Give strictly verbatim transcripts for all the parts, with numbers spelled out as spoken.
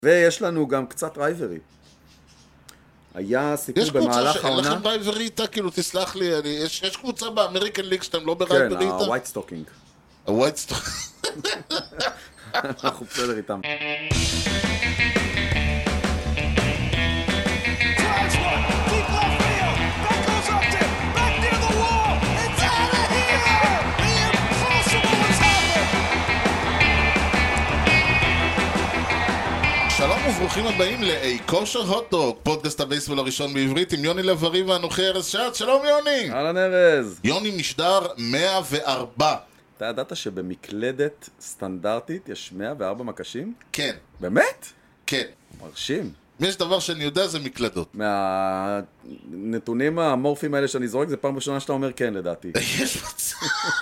ויש לנו גם קצת רייברי. היה סיפור במהלך העונה... יש קבוצה שאין לכם רייברי איתה? כאילו, תסלח לי, אני, יש, יש קבוצה באמריקן ליג שאתם לא ברייברי איתה? כן, הווייט סטוקינג. הווייט סטוקינג. אנחנו בסדר איתם. שלום וברוכים הבאים לאי כושר הוטדוג, פודקאסט הבייסבול הראשון בעברית עם יוני לב-ארי ואנוכי ארז שץ. שלום יוני. אהלן ארז. יוני משדר מאה וארבע. אתה ידעת שבמקלדת סטנדרטית יש מאה וארבע מקשים? כן. באמת? כן. מרשים. יש דבר שאני יודע, זה מקלדות. מהנתונים המורפיים האלה שאני זורק, זה פעם ראשונה שאתה אומר כן לדעתי. יש מצב.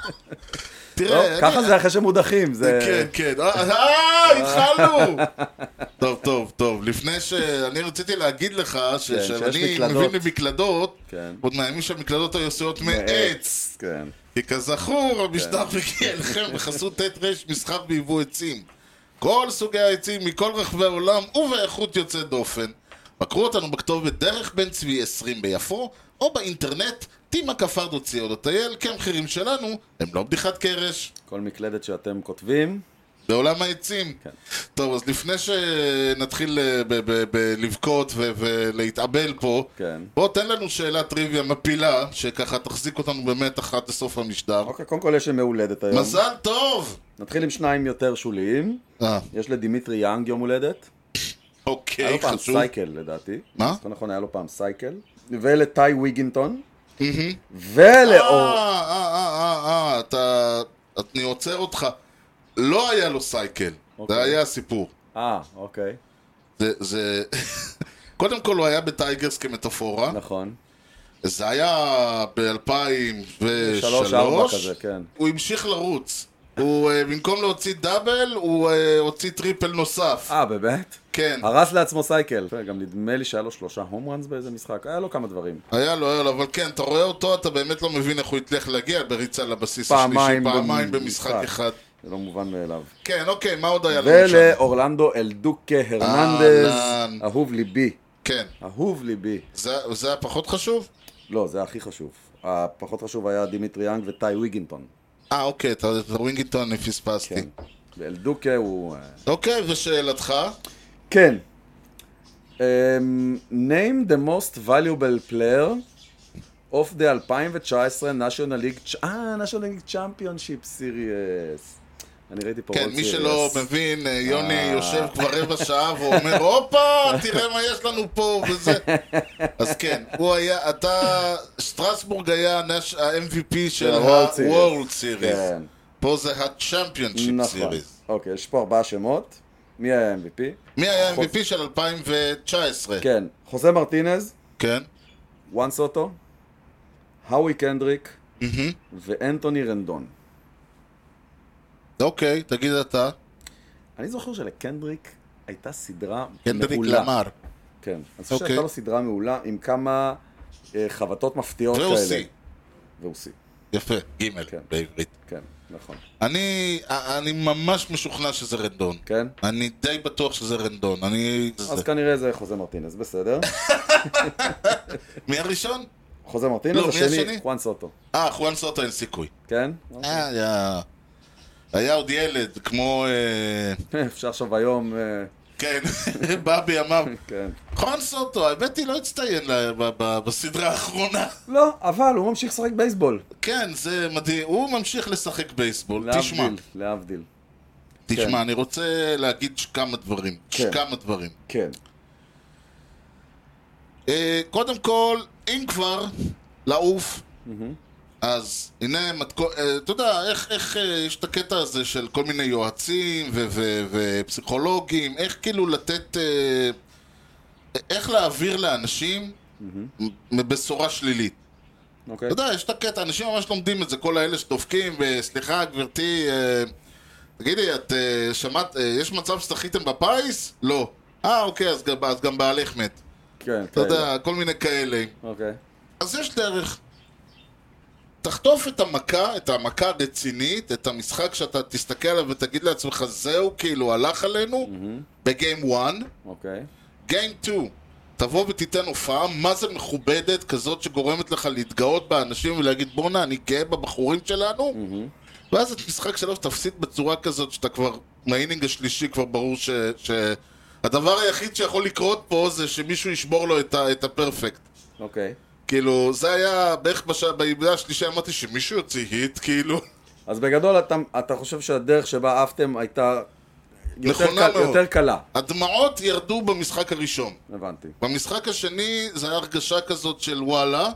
תראה, ככה זה אחרי שמודחים. כן, כן. אה, התחלנו. טוב, טוב, טוב. לפני שאני רציתי להגיד לך שאני מבין במקלדות, עוד מהימים שהמקלדות היו עשויות מעץ. כי כזכור, המשטר מגיע אליכם בחסות תת רש מסחר ביבוא עצים. כל סוגי העצים מכל רחבי העולם ובאיכות יוצאת דופן. בקרו אותנו בכתובת דרך בן צבי עשרים ביפו, או באינטרנט טימה כפרדו ציוד הטייל, כי המחירים שלנו הם לא בדיחת קרש. כל מקלדת שאתם כותבים בעולם העצים. כן. טוב, אז לפני שנתחיל לבכות ולהתאבל פה, כן. בוא תן לנו שאלה טריוויה מפילה, שככה תחזיק אותנו באמת אחת לסוף המשדר. אוקיי, קודם כל יש ימי הולדת היום. מזל טוב! נתחיל עם שניים יותר שוליים. אה. יש לדימיטרי יאנג יום הולדת. אוקיי, היה לו פעם חשוב. סייקל לדעתי. מה? נכון, נכון, היה לו פעם סייקל. ולטאי ויגינטון. אה, ולאור... אה, אה, אה, אה, אתה... אני עוצר אותך. לא היה לו סייקל. זה היה הסיפור. אה, אוקיי. זה... זה... קודם כל הוא היה בטייגרס כמטאפורה. נכון. זה היה ב-אלפיים ושלוש. שלוש ארבע כזה, כן. הוא המשיך לרוץ. הוא, במקום להוציא דאבל, הוא הוציא טריפל נוסף. אה, באמת? כן. הרס לעצמו סייקל. גם נדמה לי שהיה לו שלושה הום ראנס באיזה משחק. היה לו כמה דברים. היה לו, היה לו, אבל כן, אתה רואה אותו, אתה באמת לא מבין איך הוא הצליח להגיע בריצה לבסיס פעמיים השלישי, פעמיים במשחק. במשחק אחד. זה לא מובן מאליו. כן, אוקיי, מה עוד היה לנו שם? ולאורלנדו אלדוקה הרננדז, אהלן. אהוב ליבי. כן. אהוב ליבי. זה, זה היה פחות חשוב? לא, זה הכי חשוב. הפחות חשוב היה דימיטרי יאנג וטאי ויגינטון. אה, אוקיי, את ווינגיטון אני פספסתי. כן. ואלדוקה הוא... אוקיי, ושאלתך? כן. Um, name the most valuable player of the אלפיים תשע עשרה National League... אה, National League Championship Series. אני ראיתי פה... כן, מי שלא מבין, יוני יושב כבר רבע שעה ואומר, הופה, תראה מה יש לנו פה וזה. אז כן, הוא היה, אתה, שטרסבורג היה ה-אם וי פי של ה-World Series. פה זה ה-Championship Series. אוקיי, יש פה ארבעה שמות. מי היה ה-אם וי פי? מי היה ה-אם וי פי של אלפיים תשע עשרה? כן, חוזה מרטינז. כן. וואן סוטו. האווי קנדריק. ואנטוני רנדון. אוקיי, תגיד אתה. אני זוכר שלקנדריק הייתה סדרה מעולה. קנדריק למר. כן. אני חושב שהייתה לו סדרה מעולה עם כמה חבטות מפתיעות כאלה. והוא סי. והוא סי. יפה, ג' בעברית. כן, נכון. אני, אני ממש משוכנע שזה רנדון. כן? אני די בטוח שזה רנדון. אני... אז כנראה זה חוזה מרטינס, בסדר. מי הראשון? חוזה מרטינס, לא, השני, חואן סוטו. אה, חואן סוטו אין סיכוי. כן? אה, היה... היה עוד ילד, כמו... אפשר עכשיו היום... כן, בא בימיו. כן. חואן סוטו, האמת היא לא הצטיין בסדרה האחרונה. לא, אבל הוא ממשיך לשחק בייסבול. כן, זה מדהים. הוא ממשיך לשחק בייסבול. תשמע. להבדיל, להבדיל. תשמע, אני רוצה להגיד כמה דברים. כמה דברים. כן. קודם כל, אם כבר, לעוף. אז הנה, אתה יודע, איך, איך יש את הקטע הזה של כל מיני יועצים ו- ו- ופסיכולוגים, איך כאילו לתת, איך להעביר לאנשים בבשורה שלילית. אוקיי. אתה יודע, יש את הקטע, אנשים ממש לומדים את זה, כל האלה שדופקים, וסליחה גברתי, תגידי, את שמעת, יש מצב שזכיתם בפייס? לא. אה, אוקיי, אז, אז גם בעלך מת. כן, אתה יודע, כל מיני כאלה. אוקיי. אז יש דרך. תחטוף את המכה, את המכה הרצינית, את המשחק שאתה תסתכל עליו ותגיד לעצמך, זהו, כאילו, הלך עלינו, בגיים אחת. אוקיי. גיים שתיים, תבוא ותיתן הופעה, מה זה מכובדת, כזאת שגורמת לך להתגאות באנשים ולהגיד, בונה, אני גאה בבחורים שלנו, ואז את משחק שלוש תפסיד בצורה כזאת שאתה כבר, מהאינינג השלישי כבר ברור ש... ש... הדבר היחיד שיכול לקרות פה זה שמישהו ישבור לו את, ה... את הפרפקט. אוקיי. כאילו, זה היה בערך בעיבודה השלישי, אמרתי שמישהו יוציא היט, כאילו. אז בגדול אתה, אתה חושב שהדרך שבה עפתם הייתה יותר, נכונה קל, יותר קלה. הדמעות ירדו במשחק הראשון. הבנתי. במשחק השני זה היה הרגשה כזאת של וואלה,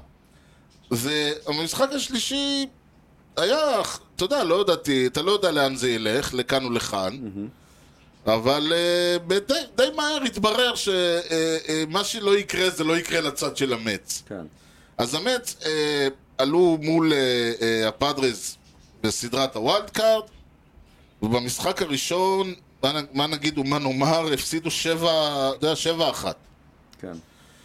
ובמשחק השלישי היה, אתה יודע, לא ידעתי, אתה לא יודע לאן זה ילך, לכאן ולכאן, mm-hmm. אבל uh, די, די מהר התברר שמה uh, uh, שלא יקרה זה לא יקרה לצד של המץ. כן. אז המץ uh, עלו מול uh, uh, הפאדרס בסדרת הוואלד קארד, ובמשחק הראשון, מה, מה נגיד ומה נאמר, הפסידו שבע, אתה יודע, שבע אחת. כן.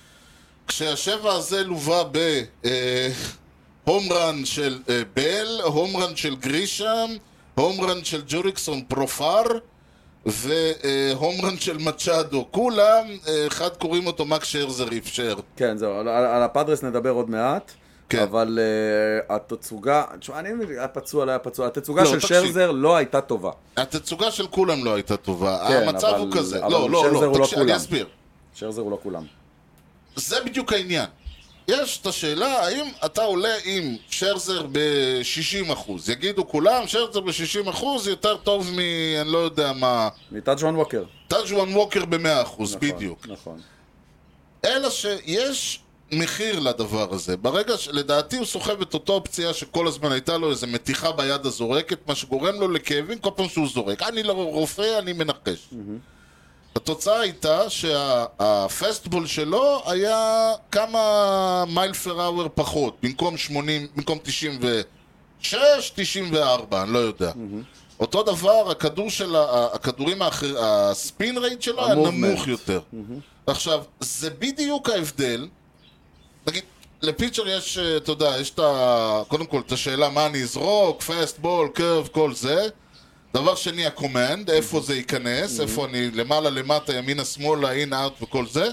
כשהשבע הזה לובה ב... Uh, הומרן של uh, בל, הומרן של גרישם, הומרן של ג'וריקסון פרופר והומרן uh, של מצ'אדו. כולם, uh, אחד קוראים אותו מק שרזר אפשר. כן, זהו, על, על הפאדרס נדבר עוד מעט. כן. אבל uh, התצוגה, אני מבין, הפצוע לא היה פצוע, התצוגה לא, של תקשיב. שרזר לא הייתה טובה. התצוגה של כולם לא הייתה טובה, כן, המצב אבל, הוא כזה. אבל לא, לא, שרזר לא, הוא תקשיב, לא אני אסביר. שרזר הוא לא כולם. זה בדיוק העניין. יש את השאלה, האם אתה עולה עם שרזר ב-שישים אחוז? יגידו כולם, שרזר ב-שישים אחוז יותר טוב מ... אני לא יודע מה... מטאג'ואן ווקר. טאג'ואן ווקר ב-מאה אחוז, נכון, בדיוק. נכון. אלא שיש מחיר לדבר הזה. ברגע שלדעתי הוא סוחב את אותו פציעה שכל הזמן הייתה לו איזו מתיחה ביד הזורקת, מה שגורם לו לכאבים כל פעם שהוא זורק. אני לא רופא, אני מנחש. Mm-hmm. התוצאה הייתה שהפסטבול שלו היה כמה מייל פר אאואר פחות, במקום שמונים, במקום תשעים ושש, תשעים וארבע, אני לא יודע. Mm-hmm. אותו דבר, הכדור של הכדורים האחרים, הספין רייט שלו היה נמוך יותר. Mm-hmm. עכשיו, זה בדיוק ההבדל. נגיד, לפיצ'ר יש, אתה יודע, יש את ה... קודם כל, את השאלה מה אני אזרוק, פסטבול, קרב, כל זה. דבר שני, הקומנד, איפה זה ייכנס, איפה אני למעלה, למטה, ימינה, שמאלה, אין, אאוט וכל זה.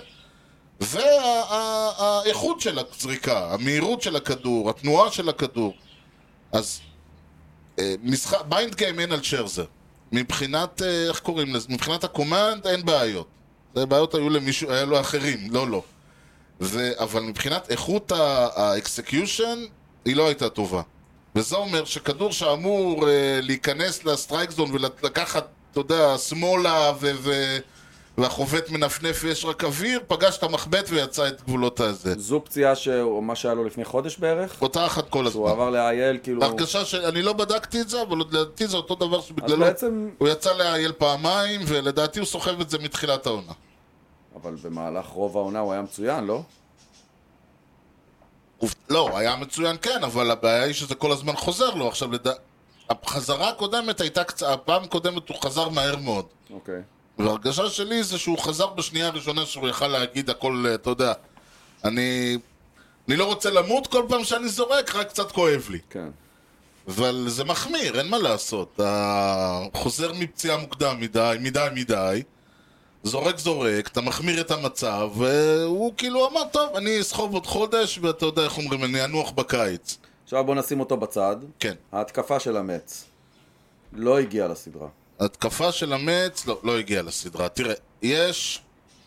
והאיכות של הזריקה, המהירות של הכדור, התנועה של הכדור. אז ביינד גיים אין על שרזר. מבחינת, איך קוראים לזה? מבחינת הקומנד אין בעיות. בעיות היו למישהו, היה לו אחרים, לא, לא. אבל מבחינת איכות האקסקיושן, היא לא הייתה טובה. וזה אומר שכדור שאמור uh, להיכנס לסטרייק זון ולקחת, אתה יודע, שמאלה ו- ו- והחובט מנפנף ויש רק אוויר, פגש את המחבט ויצא את גבולות הזה. זו פציעה שהוא מה שהיה לו לפני חודש בערך? אותה אחת כל הזמן. הוא עבר להייל כאילו... הרגשה שאני לא בדקתי את זה, אבל לדעתי זה אותו דבר שבגללו... בעצם... הוא יצא להייל פעמיים ולדעתי הוא סוחב את זה מתחילת העונה. אבל במהלך רוב העונה הוא היה מצוין, לא? לא, היה מצוין כן, אבל הבעיה היא שזה כל הזמן חוזר לו. עכשיו, לד... החזרה הקודמת הייתה קצת, הפעם הקודמת הוא חזר מהר מאוד. אוקיי. והרגשה שלי זה שהוא חזר בשנייה הראשונה שהוא יכל להגיד הכל, אתה יודע, אני, אני לא רוצה למות כל פעם שאני זורק, רק קצת כואב לי. כן. אבל זה מחמיר, אין מה לעשות. חוזר מפציעה מוקדם מדי, מדי מדי. זורק זורק, אתה מחמיר את המצב, והוא כאילו אמר, טוב, אני אסחוב עוד חודש, ואתה יודע איך אומרים, אני אנוח בקיץ. עכשיו בוא נשים אותו בצד. כן. ההתקפה של המץ לא הגיעה לסדרה. ההתקפה של המץ לא, לא הגיעה לסדרה. תראה, יש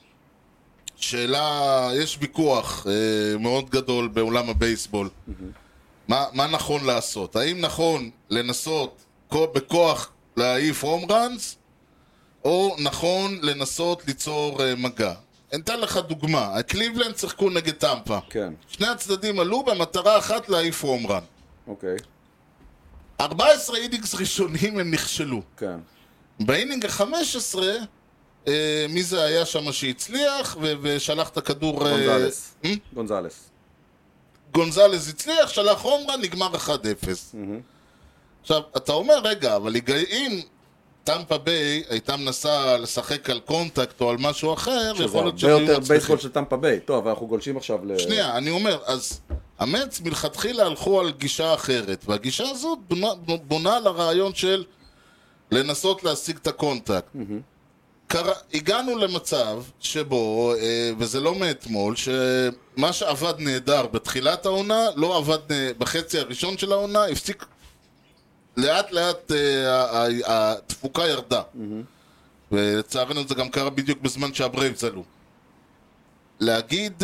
שאלה, יש ויכוח אה, מאוד גדול בעולם הבייסבול. Mm-hmm. מה, מה נכון לעשות? האם נכון לנסות בכוח להעיף הום ראנס, או נכון לנסות ליצור uh, מגע. אני אתן לך דוגמה, הקליבלנד שיחקו נגד טמפה. כן. שני הצדדים עלו במטרה אחת להעיף הום רן. אוקיי. ארבע עשרה אינינגס ראשונים הם נכשלו. כן. באינינג ה-חמש עשרה, uh, מי זה היה שם שהצליח ו- ושלח את הכדור... גונזלס. Uh, גונזלס. גונזלס הצליח, שלח הום רן, נגמר אחד אפס. Mm-hmm. עכשיו, אתה אומר, רגע, אבל אם... טמפה ביי הייתה מנסה לשחק על קונטקט או על משהו אחר, יכול להיות שזה יותר בייסבול של טמפה ביי. טוב, אבל אנחנו גולשים עכשיו ל... שנייה, אני אומר, אז המץ מלכתחילה הלכו על גישה אחרת, והגישה הזאת בונה, בונה על הרעיון של לנסות להשיג את הקונטקט. Mm-hmm. קרא, הגענו למצב שבו, וזה לא מאתמול, שמה שעבד נהדר בתחילת העונה, לא עבד בחצי הראשון של העונה, הפסיק, לאט לאט התפוקה ירדה. Mm-hmm. ולצערנו זה גם קרה בדיוק בזמן שהברייבס עלו. להגיד,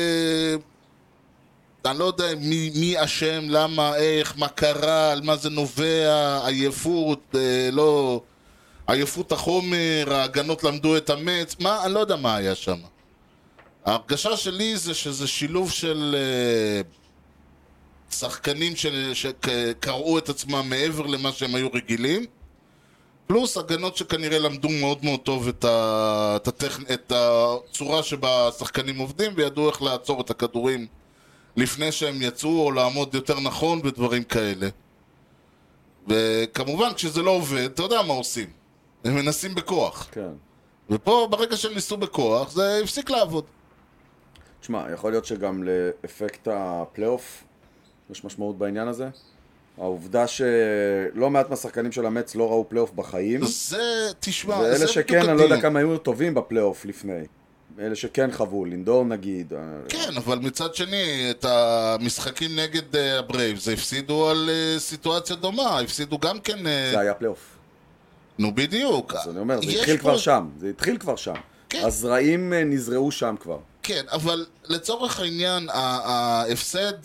אני לא יודע מי, מי אשם, למה, איך, מה קרה, על מה זה נובע, עייפות, לא... עייפות החומר, ההגנות למדו את המץ, מה, אני לא יודע מה היה שם. ההרגשה שלי זה שזה שילוב של uh, שחקנים שקראו את עצמם מעבר למה שהם היו רגילים, פלוס הגנות שכנראה למדו מאוד מאוד טוב את, ה, את, הטכ... את הצורה שבה השחקנים עובדים, וידעו איך לעצור את הכדורים לפני שהם יצאו, או לעמוד יותר נכון ודברים כאלה. וכמובן כשזה לא עובד, אתה יודע מה עושים. הם מנסים בכוח. כן. ופה ברגע שהם ניסו בכוח, זה הפסיק לעבוד. תשמע, יכול להיות שגם לאפקט הפלייאוף יש משמעות בעניין הזה. העובדה שלא מעט מהשחקנים של המץ לא ראו פלייאוף בחיים. זה, תשמע, זה ואלה שכן, אני לא יודע כמה היו טובים בפלייאוף לפני. אלה שכן חוו, לינדור נגיד. כן, אבל מצד שני, את המשחקים נגד הברייב, זה הפסידו על סיטואציה דומה, הפסידו גם כן... זה היה פלייאוף. נו בדיוק. אז אני אומר, זה התחיל כבר שם, זה התחיל כבר שם. הזרעים נזרעו שם כבר. כן, אבל לצורך העניין, ההפסד,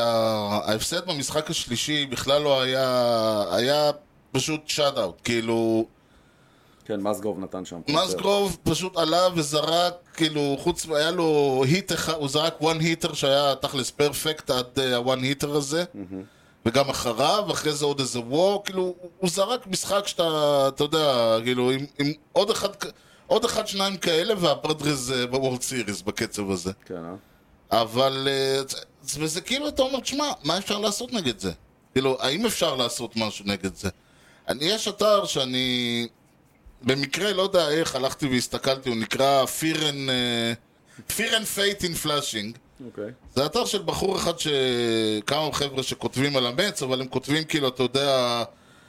ההפסד במשחק השלישי בכלל לא היה, היה פשוט שאט אאוט, כאילו... כן, מסגרוב נתן שם. מסגרוב פשוט עלה וזרק, כאילו, חוץ, היה לו היט אחד, הוא זרק one hitter שהיה תכלס פרפקט עד ה-one hitter הזה. וגם אחריו, אחרי זה עוד איזה ווק, כאילו, הוא זרק משחק שאתה, אתה יודע, כאילו, עם, עם עוד אחד, עוד אחד שניים כאלה, והפרדרז בוורד סיריס בקצב הזה. כן, אה? אבל, וזה כאילו, אתה אומר, תשמע, מה אפשר לעשות נגד זה? כאילו, האם אפשר לעשות משהו נגד זה? אני, יש אתר שאני, במקרה, לא יודע איך, הלכתי והסתכלתי, הוא נקרא Fear and, uh, Fear and Fate in Flashing. Okay. זה אתר של בחור אחד שכמה חבר'ה שכותבים על המץ, אבל הם כותבים כאילו, אתה יודע,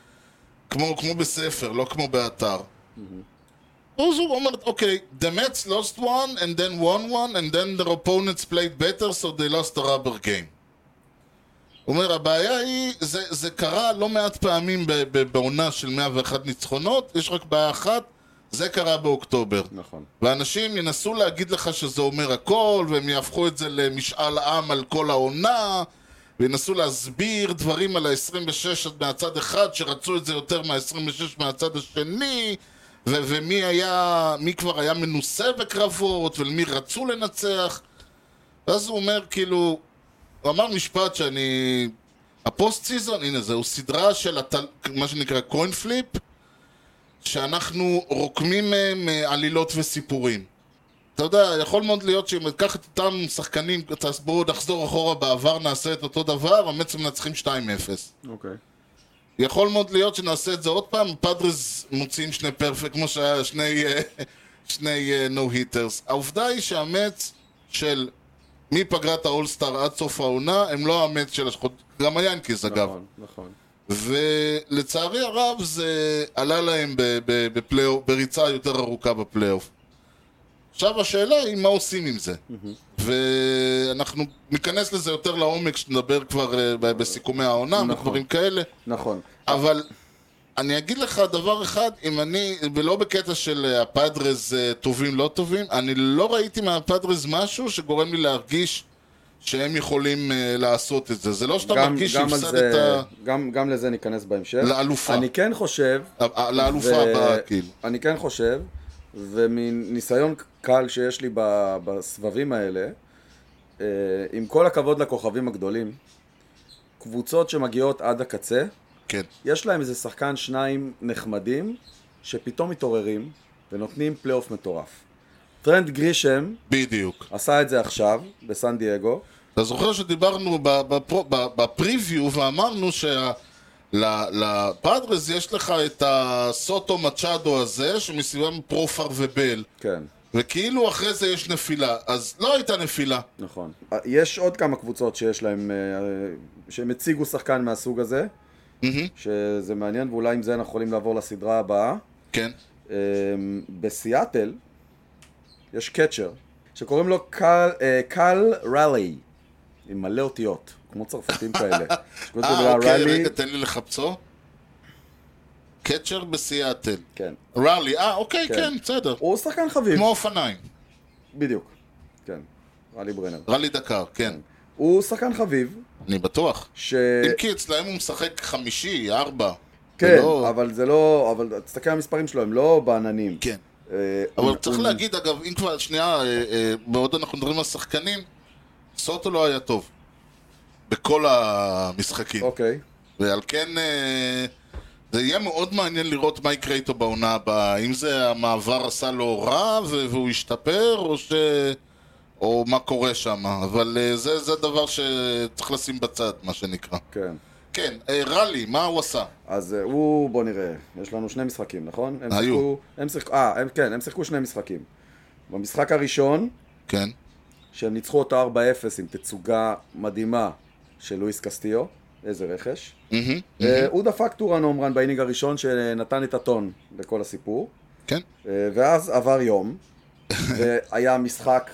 כמו, כמו בספר, לא כמו באתר. Mm-hmm. אז הוא אומר, אוקיי, the Mets lost one and then won one and then their opponents played better so they lost a rubber game. הוא אומר, הבעיה היא, זה, זה קרה לא מעט פעמים בעונה של מאה ואחת ניצחונות, יש רק בעיה אחת, זה קרה באוקטובר. נכון. ואנשים ינסו להגיד לך שזה אומר הכל, והם יהפכו את זה למשאל עם על כל העונה, וינסו להסביר דברים על ה-עשרים ושש מהצד אחד, שרצו את זה יותר מה-עשרים ושש מהצד השני, ו- ומי היה, מי כבר היה מנוסה בקרבות, ולמי רצו לנצח. ואז הוא אומר, כאילו, הוא אמר משפט שאני... הפוסט סיזון, הנה, זהו סדרה של התל... מה שנקרא קוין פליפ, שאנחנו רוקמים מהם עלילות וסיפורים. אתה יודע, יכול מאוד להיות שאם ניקח את אותם שחקנים, בואו נחזור אחורה בעבר, נעשה את אותו דבר, המץ מנצחים שתיים אפס. אוקיי. יכול מאוד להיות שנעשה את זה עוד פעם, פאדרס מוציאים שני פרפקט, כמו שהיה שני, שני נו-היטרס. העובדה היא שהמץ של מפגרת האולסטאר עד סוף העונה, הם לא המץ של השחוט, גם היאנקיז אגב. נכון, נכון. ולצערי הרב זה עלה להם בפלייאוף, בריצה יותר ארוכה בפלייאוף. עכשיו השאלה היא מה עושים עם זה. ואנחנו ניכנס לזה יותר לעומק שנדבר כבר בסיכומי העונה ודברים כאלה. נכון. אבל אני אגיד לך דבר אחד, אם אני, ולא בקטע של הפאדרז טובים לא טובים, אני לא ראיתי מהפאדרז משהו שגורם לי להרגיש שהם יכולים uh, לעשות את זה. זה לא שאתה מרגיש שהפסד את ה... גם, גם לזה ניכנס בהמשך. לאלופה. אני כן חושב... לאלופה ו... הבאה, כאילו. אני כן חושב, ומניסיון קל שיש לי בסבבים האלה, uh, עם כל הכבוד לכוכבים הגדולים, קבוצות שמגיעות עד הקצה, כן. יש להם איזה שחקן שניים נחמדים, שפתאום מתעוררים ונותנים פלייאוף מטורף. טרנט גרישם בדיוק עשה את זה עכשיו בסן דייגו. אתה זוכר שדיברנו בפריוויו ואמרנו שלפאדרס יש לך את הסוטו מצ'אדו הזה שמסביבם פרופר ובל, כן. וכאילו אחרי זה יש נפילה, אז לא הייתה נפילה. נכון. יש עוד כמה קבוצות שיש להם, שהם הציגו שחקן מהסוג הזה, שזה מעניין, ואולי עם זה אנחנו יכולים לעבור לסדרה הבאה. כן. בסיאטל יש קצ'ר, שקוראים לו קל רלי, עם מלא אותיות, כמו צרפתים כאלה. אה, אוקיי, רגע, תן לי לחפצו. קצ'ר בסיאטל. כן. רלי, אה, אוקיי, כן, בסדר. הוא שחקן חביב. כמו אופניים. בדיוק, כן. רלי ברנר. רלי דקר, כן. הוא שחקן חביב. אני בטוח. ש... אם כי אצלהם הוא משחק חמישי, ארבע. כן, אבל זה לא... אבל תסתכל על המספרים שלו, הם לא בעננים. כן. אבל צריך להגיד, אגב, אם כבר, שנייה, בעוד אנחנו מדברים על שחקנים, סוטו לא היה טוב. בכל המשחקים. אוקיי. ועל כן... זה יהיה מאוד מעניין לראות מה יקרה איתו בעונה הבאה. אם זה המעבר עשה לו רע והוא ישתפר, או ש... או מה קורה שם. אבל זה, זה דבר שצריך לשים בצד, מה שנקרא. כן. כן, רלי, מה הוא עשה? אז הוא, בוא נראה, יש לנו שני משחקים, נכון? הם היו. שיחקו, הם שיחקו, אה, הם, כן, הם שיחקו שני משחקים. במשחק הראשון, כן. שהם ניצחו אותו ארבע אפס עם תצוגה מדהימה של לואיס קסטיו. איזה רכש. הוא דפק טורן אומרן באינינג הראשון שנתן את הטון בכל הסיפור. כן. ואז עבר יום, והיה משחק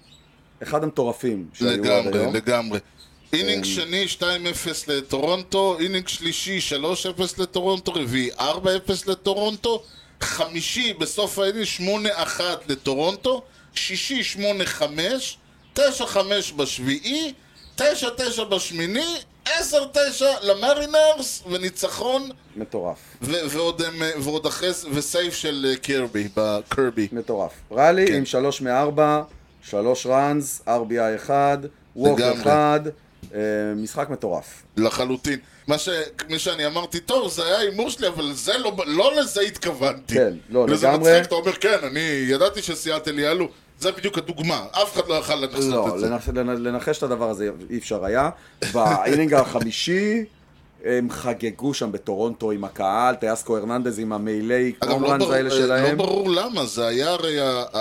אחד המטורפים שהיו עד היום. לגמרי, לגמרי. אינינג שני שתיים אפס לטורונטו, אינינג שלישי שלוש אפס לטורונטו, רביעי ארבע אפס לטורונטו, חמישי בסוף האינינג שמונה אחת לטורונטו, שישי שמונה חמש, תשע חמש בשביעי, תשע תשע בשמיני, עשר תשע למרינרס וניצחון מטורף. ועוד, ועוד אחרי זה וסייף של קירבי בקרבי. מטורף. רלי כן. עם שלוש מארבע, שלוש ראנס, אר בי איי אחד, ווק אחד, משחק מטורף. לחלוטין. מה, ש... מה שאני אמרתי, טוב, זה היה אימור שלי, אבל זה לא, לא לזה התכוונתי. כן, לא, לזה לגמרי. מצחיק, אתה אומר, כן, אני ידעתי שסיאטל יעלו. זה בדיוק הדוגמה, אף אחד לא יכל לנחשת לא, את זה. לא, לנחש את הדבר הזה אי אפשר היה. באינינג החמישי הם חגגו שם בטורונטו עם הקהל, טייסקו הרננדז עם המיילי קומרנז האלה שלהם. לא ברור למה, זה היה הרי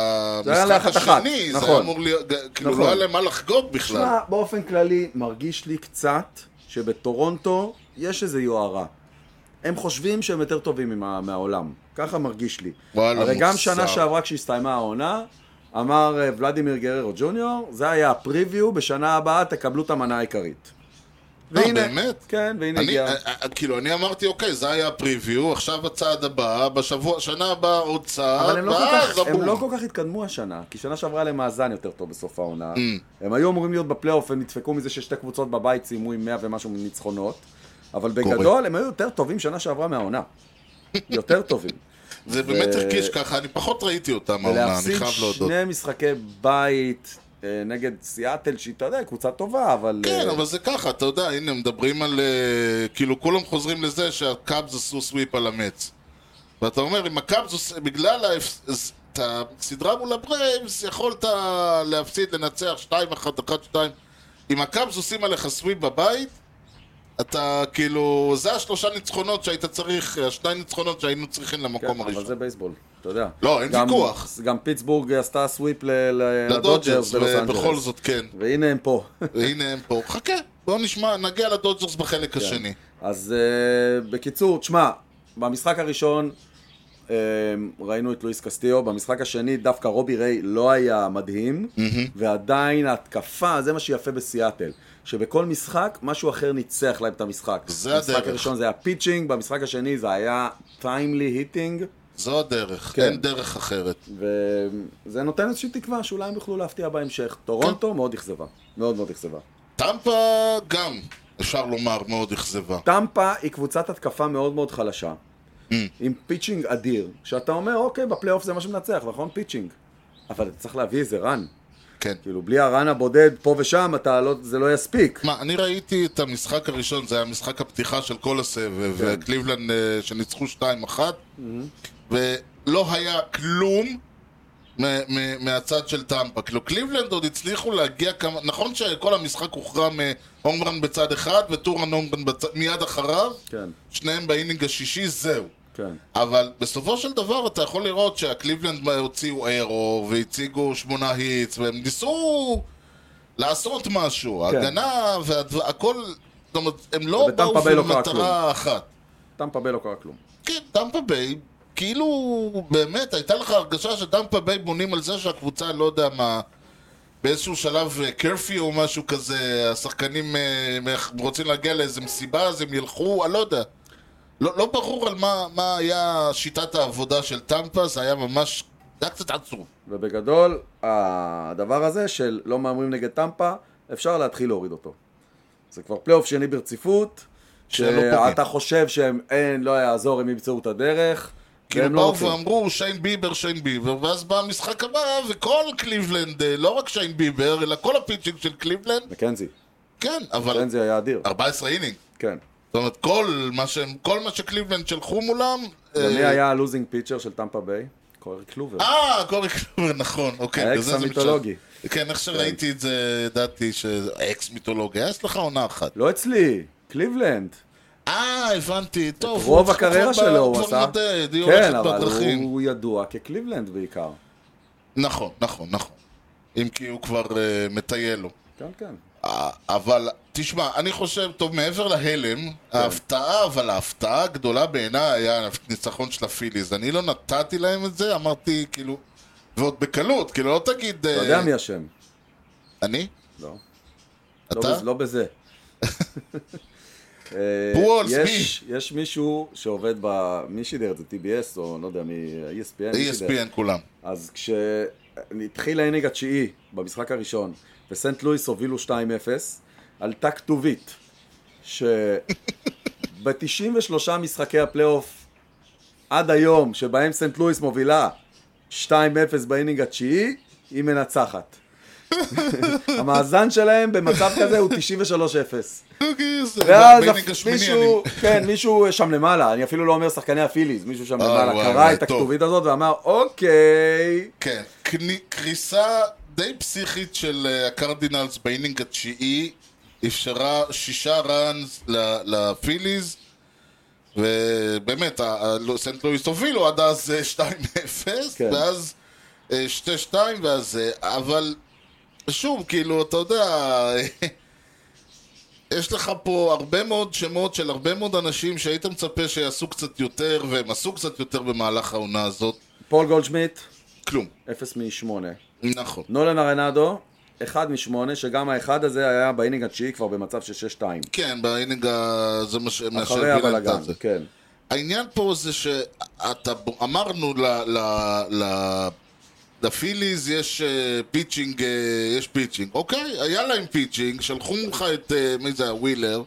המשחק השני, זה היה אמור להיות, כאילו לא היה להם מה לחגוג בכלל. שמה, באופן כללי, מרגיש לי קצת שבטורונטו יש איזו יוערה. הם חושבים שהם יותר טובים מהעולם, ככה מרגיש לי. הרי גם שנה שעברה כשהסתיימה העונה, אמר ולדימיר גררו ג'וניור, זה היה הפריוויו, בשנה הבאה תקבלו את המנה העיקרית. לא, באמת? כן, והנה הגיע. כאילו, אני אמרתי, אוקיי, זה היה הפריוויו, עכשיו הצעד הבא, בשבוע, שנה הבאה עוד צעד, אבל הם לא כל כך התקדמו השנה, כי שנה שעברה להם מאזן יותר טוב בסוף העונה. הם היו אמורים להיות בפלייאוף, הם נדפקו מזה ששתי קבוצות בבית סיימו עם מאה ומשהו ניצחונות, אבל בגדול הם היו יותר טובים שנה שעברה מהעונה. יותר טובים. זה באמת הרגיש ככה, אני פחות ראיתי אותם העונה, אני חייב להודות. שני משחקי בית נגד סיאטל, שהיא, אתה יודע, קבוצה טובה, אבל... כן, אבל זה ככה, אתה יודע, הנה, מדברים על... כאילו, כולם חוזרים לזה שהקאבס עשו סוויפ על המץ. ואתה אומר, אם הקאבס עושה... בגלל הסדרה מול הברייבס, יכולת להפסיד, לנצח שתיים, אחת, אחת, שתיים. אם הקאבס עושים עליך סוויפ בבית, אתה כאילו, זה השלושה ניצחונות שהיית צריך, השני ניצחונות שהיינו צריכים למקום כן, הראשון. אבל זה בייסבול, אתה יודע. לא, אין ויכוח. גם פיטסבורג עשתה סוויפ לדודג'רס בלוס אנג'לס. ובכל זאת, כן. והנה הם פה. והנה הם פה. חכה, בואו נשמע, נגיע לדודג'רס בחלק כן. השני. אז uh, בקיצור, תשמע, במשחק הראשון uh, ראינו את לואיס קסטיו, במשחק השני דווקא רובי ריי לא היה מדהים, mm-hmm. ועדיין ההתקפה, זה מה שיפה בסיאטל. שבכל משחק משהו אחר ניצח להם את המשחק. זה הדרך. במשחק הראשון זה היה פיצ'ינג, במשחק השני זה היה טיימלי היטינג. זו הדרך, כן. אין דרך אחרת. וזה נותן איזושהי תקווה שאולי הם יוכלו להפתיע בהמשך. טורונטו כן. מאוד אכזבה, מאוד מאוד אכזבה. טמפה גם, אפשר לומר, מאוד אכזבה. טמפה היא קבוצת התקפה מאוד מאוד חלשה, mm. עם פיצ'ינג אדיר, שאתה אומר, אוקיי, בפלייאוף זה מה שמנצח, נכון? פיצ'ינג. אבל אתה צריך להביא איזה רן. כן. כאילו, בלי הרן הבודד פה ושם, אתה לא, זה לא יספיק. מה, אני ראיתי את המשחק הראשון, זה היה משחק הפתיחה של כל הסבב, כן. וקליבלנד שניצחו שתיים אחת, mm-hmm. ולא היה כלום מהצד של טמפה. כאילו, קליבלנד עוד הצליחו להגיע כמה... נכון שכל המשחק הוכרע מהומרן בצד אחד, וטורן הומרן בצד... מיד אחריו, כן. שניהם באינינג השישי, זהו. כן. אבל בסופו של דבר אתה יכול לראות שהקליבלנד הוציאו אירו והציגו שמונה היטס והם ניסו לעשות משהו, כן. הגנה והכל, זאת אומרת, הם לא באו במטרה אחת. טמפה ביי לא קרה כלום. כן, טמפה ביי, כאילו באמת הייתה לך הרגשה שטמפה ביי בונים על זה שהקבוצה לא יודע מה, באיזשהו שלב קרפי או משהו כזה, השחקנים רוצים להגיע לאיזו מסיבה, אז הם ילכו, אני לא יודע. לא, לא ברור על מה, מה היה שיטת העבודה של טמפה, זה היה ממש, זה היה קצת עצוב. ובגדול, הדבר הזה של לא מאמרים נגד טמפה, אפשר להתחיל להוריד אותו. זה כבר פלייאוף שני ברציפות, שאתה חושב שהם אין, לא יעזור, הם ימצאו את הדרך. כאילו באו ואמרו שיין ביבר, שיין ביבר, ואז בא המשחק הבא, וכל קליבלנד, לא רק שיין ביבר, אלא כל הפיצ'ינג של קליבלנד. מקנזי. כן, אבל... מקנזי היה אדיר. ארבע עשרה אינינג. כן. זאת אומרת, כל מה, ש... כל מה שקליבלנד שלחו מולם... ומי היה הלוזינג פיצ'ר של טמפה ביי? קורי קלובר. אה, קורי קלובר, נכון. אוקיי, האקס המיתולוגי. כן, איך שראיתי את זה, ידעתי שהאקס מיתולוגי. יש לך עונה אחת. לא אצלי, קליבלנד. אה, הבנתי, טוב. רוב הקריירה שלו הוא עשה. כן, אבל הוא ידוע כקליבלנד בעיקר. נכון, נכון, נכון. אם כי הוא כבר מטייל לו. כן, כן. אבל, תשמע, אני חושב, טוב, מעבר להלם, ההפתעה, אבל ההפתעה הגדולה בעיניי היה ניצחון של הפיליז. אני לא נתתי להם את זה, אמרתי, כאילו, ועוד בקלות, כאילו, לא תגיד... אתה יודע מי השם? אני? לא. אתה? לא בזה. יש, יש מישהו שעובד ב... מי שידר את זה? טי בי אס או לא יודע, מ-אי אס פי אן? אי אס פי אן כולם. אז כשהתחיל האינינג התשיעי במשחק הראשון וסנט לואיס הובילו שתיים אפס, עלתה כתובית שב-תשעים ושלושה משחקי הפלייאוף עד היום שבהם סנט לואיס מובילה שתיים אפס באינינג התשיעי, היא מנצחת. המאזן שלהם במצב כזה הוא תשעים ושלוש אפס. ואז מישהו, כן, מישהו שם למעלה, אני אפילו לא אומר שחקני הפיליז, מישהו שם למעלה קרא את הכתובית הזאת ואמר אוקיי. כן, קריסה די פסיכית של הקרדינלס באינינג התשיעי אפשרה שישה ראנס לפיליז, ובאמת סנט לואיס הובילו עד אז שתיים אפס ואז שתיים שתיים ואז, אבל שוב, כאילו, אתה יודע, יש לך פה הרבה מאוד שמות של הרבה מאוד אנשים שהיית מצפה שיעשו קצת יותר, והם עשו קצת יותר במהלך העונה הזאת. פול גולדשמיט? כלום. אפס משמונה. נכון. נולן ארנדו? אחד משמונה, שגם האחד הזה היה באינינג התשיעי כבר במצב של שש שתיים. כן, באינינג זה מה ש... אחרי הבלגן, כן. העניין פה זה שאתה אמרנו ל... ל... ל... לפיליז יש פיצ'ינג, יש פיצ'ינג, אוקיי, היה להם פיצ'ינג, שלחו לך את, מי זה, ווילר,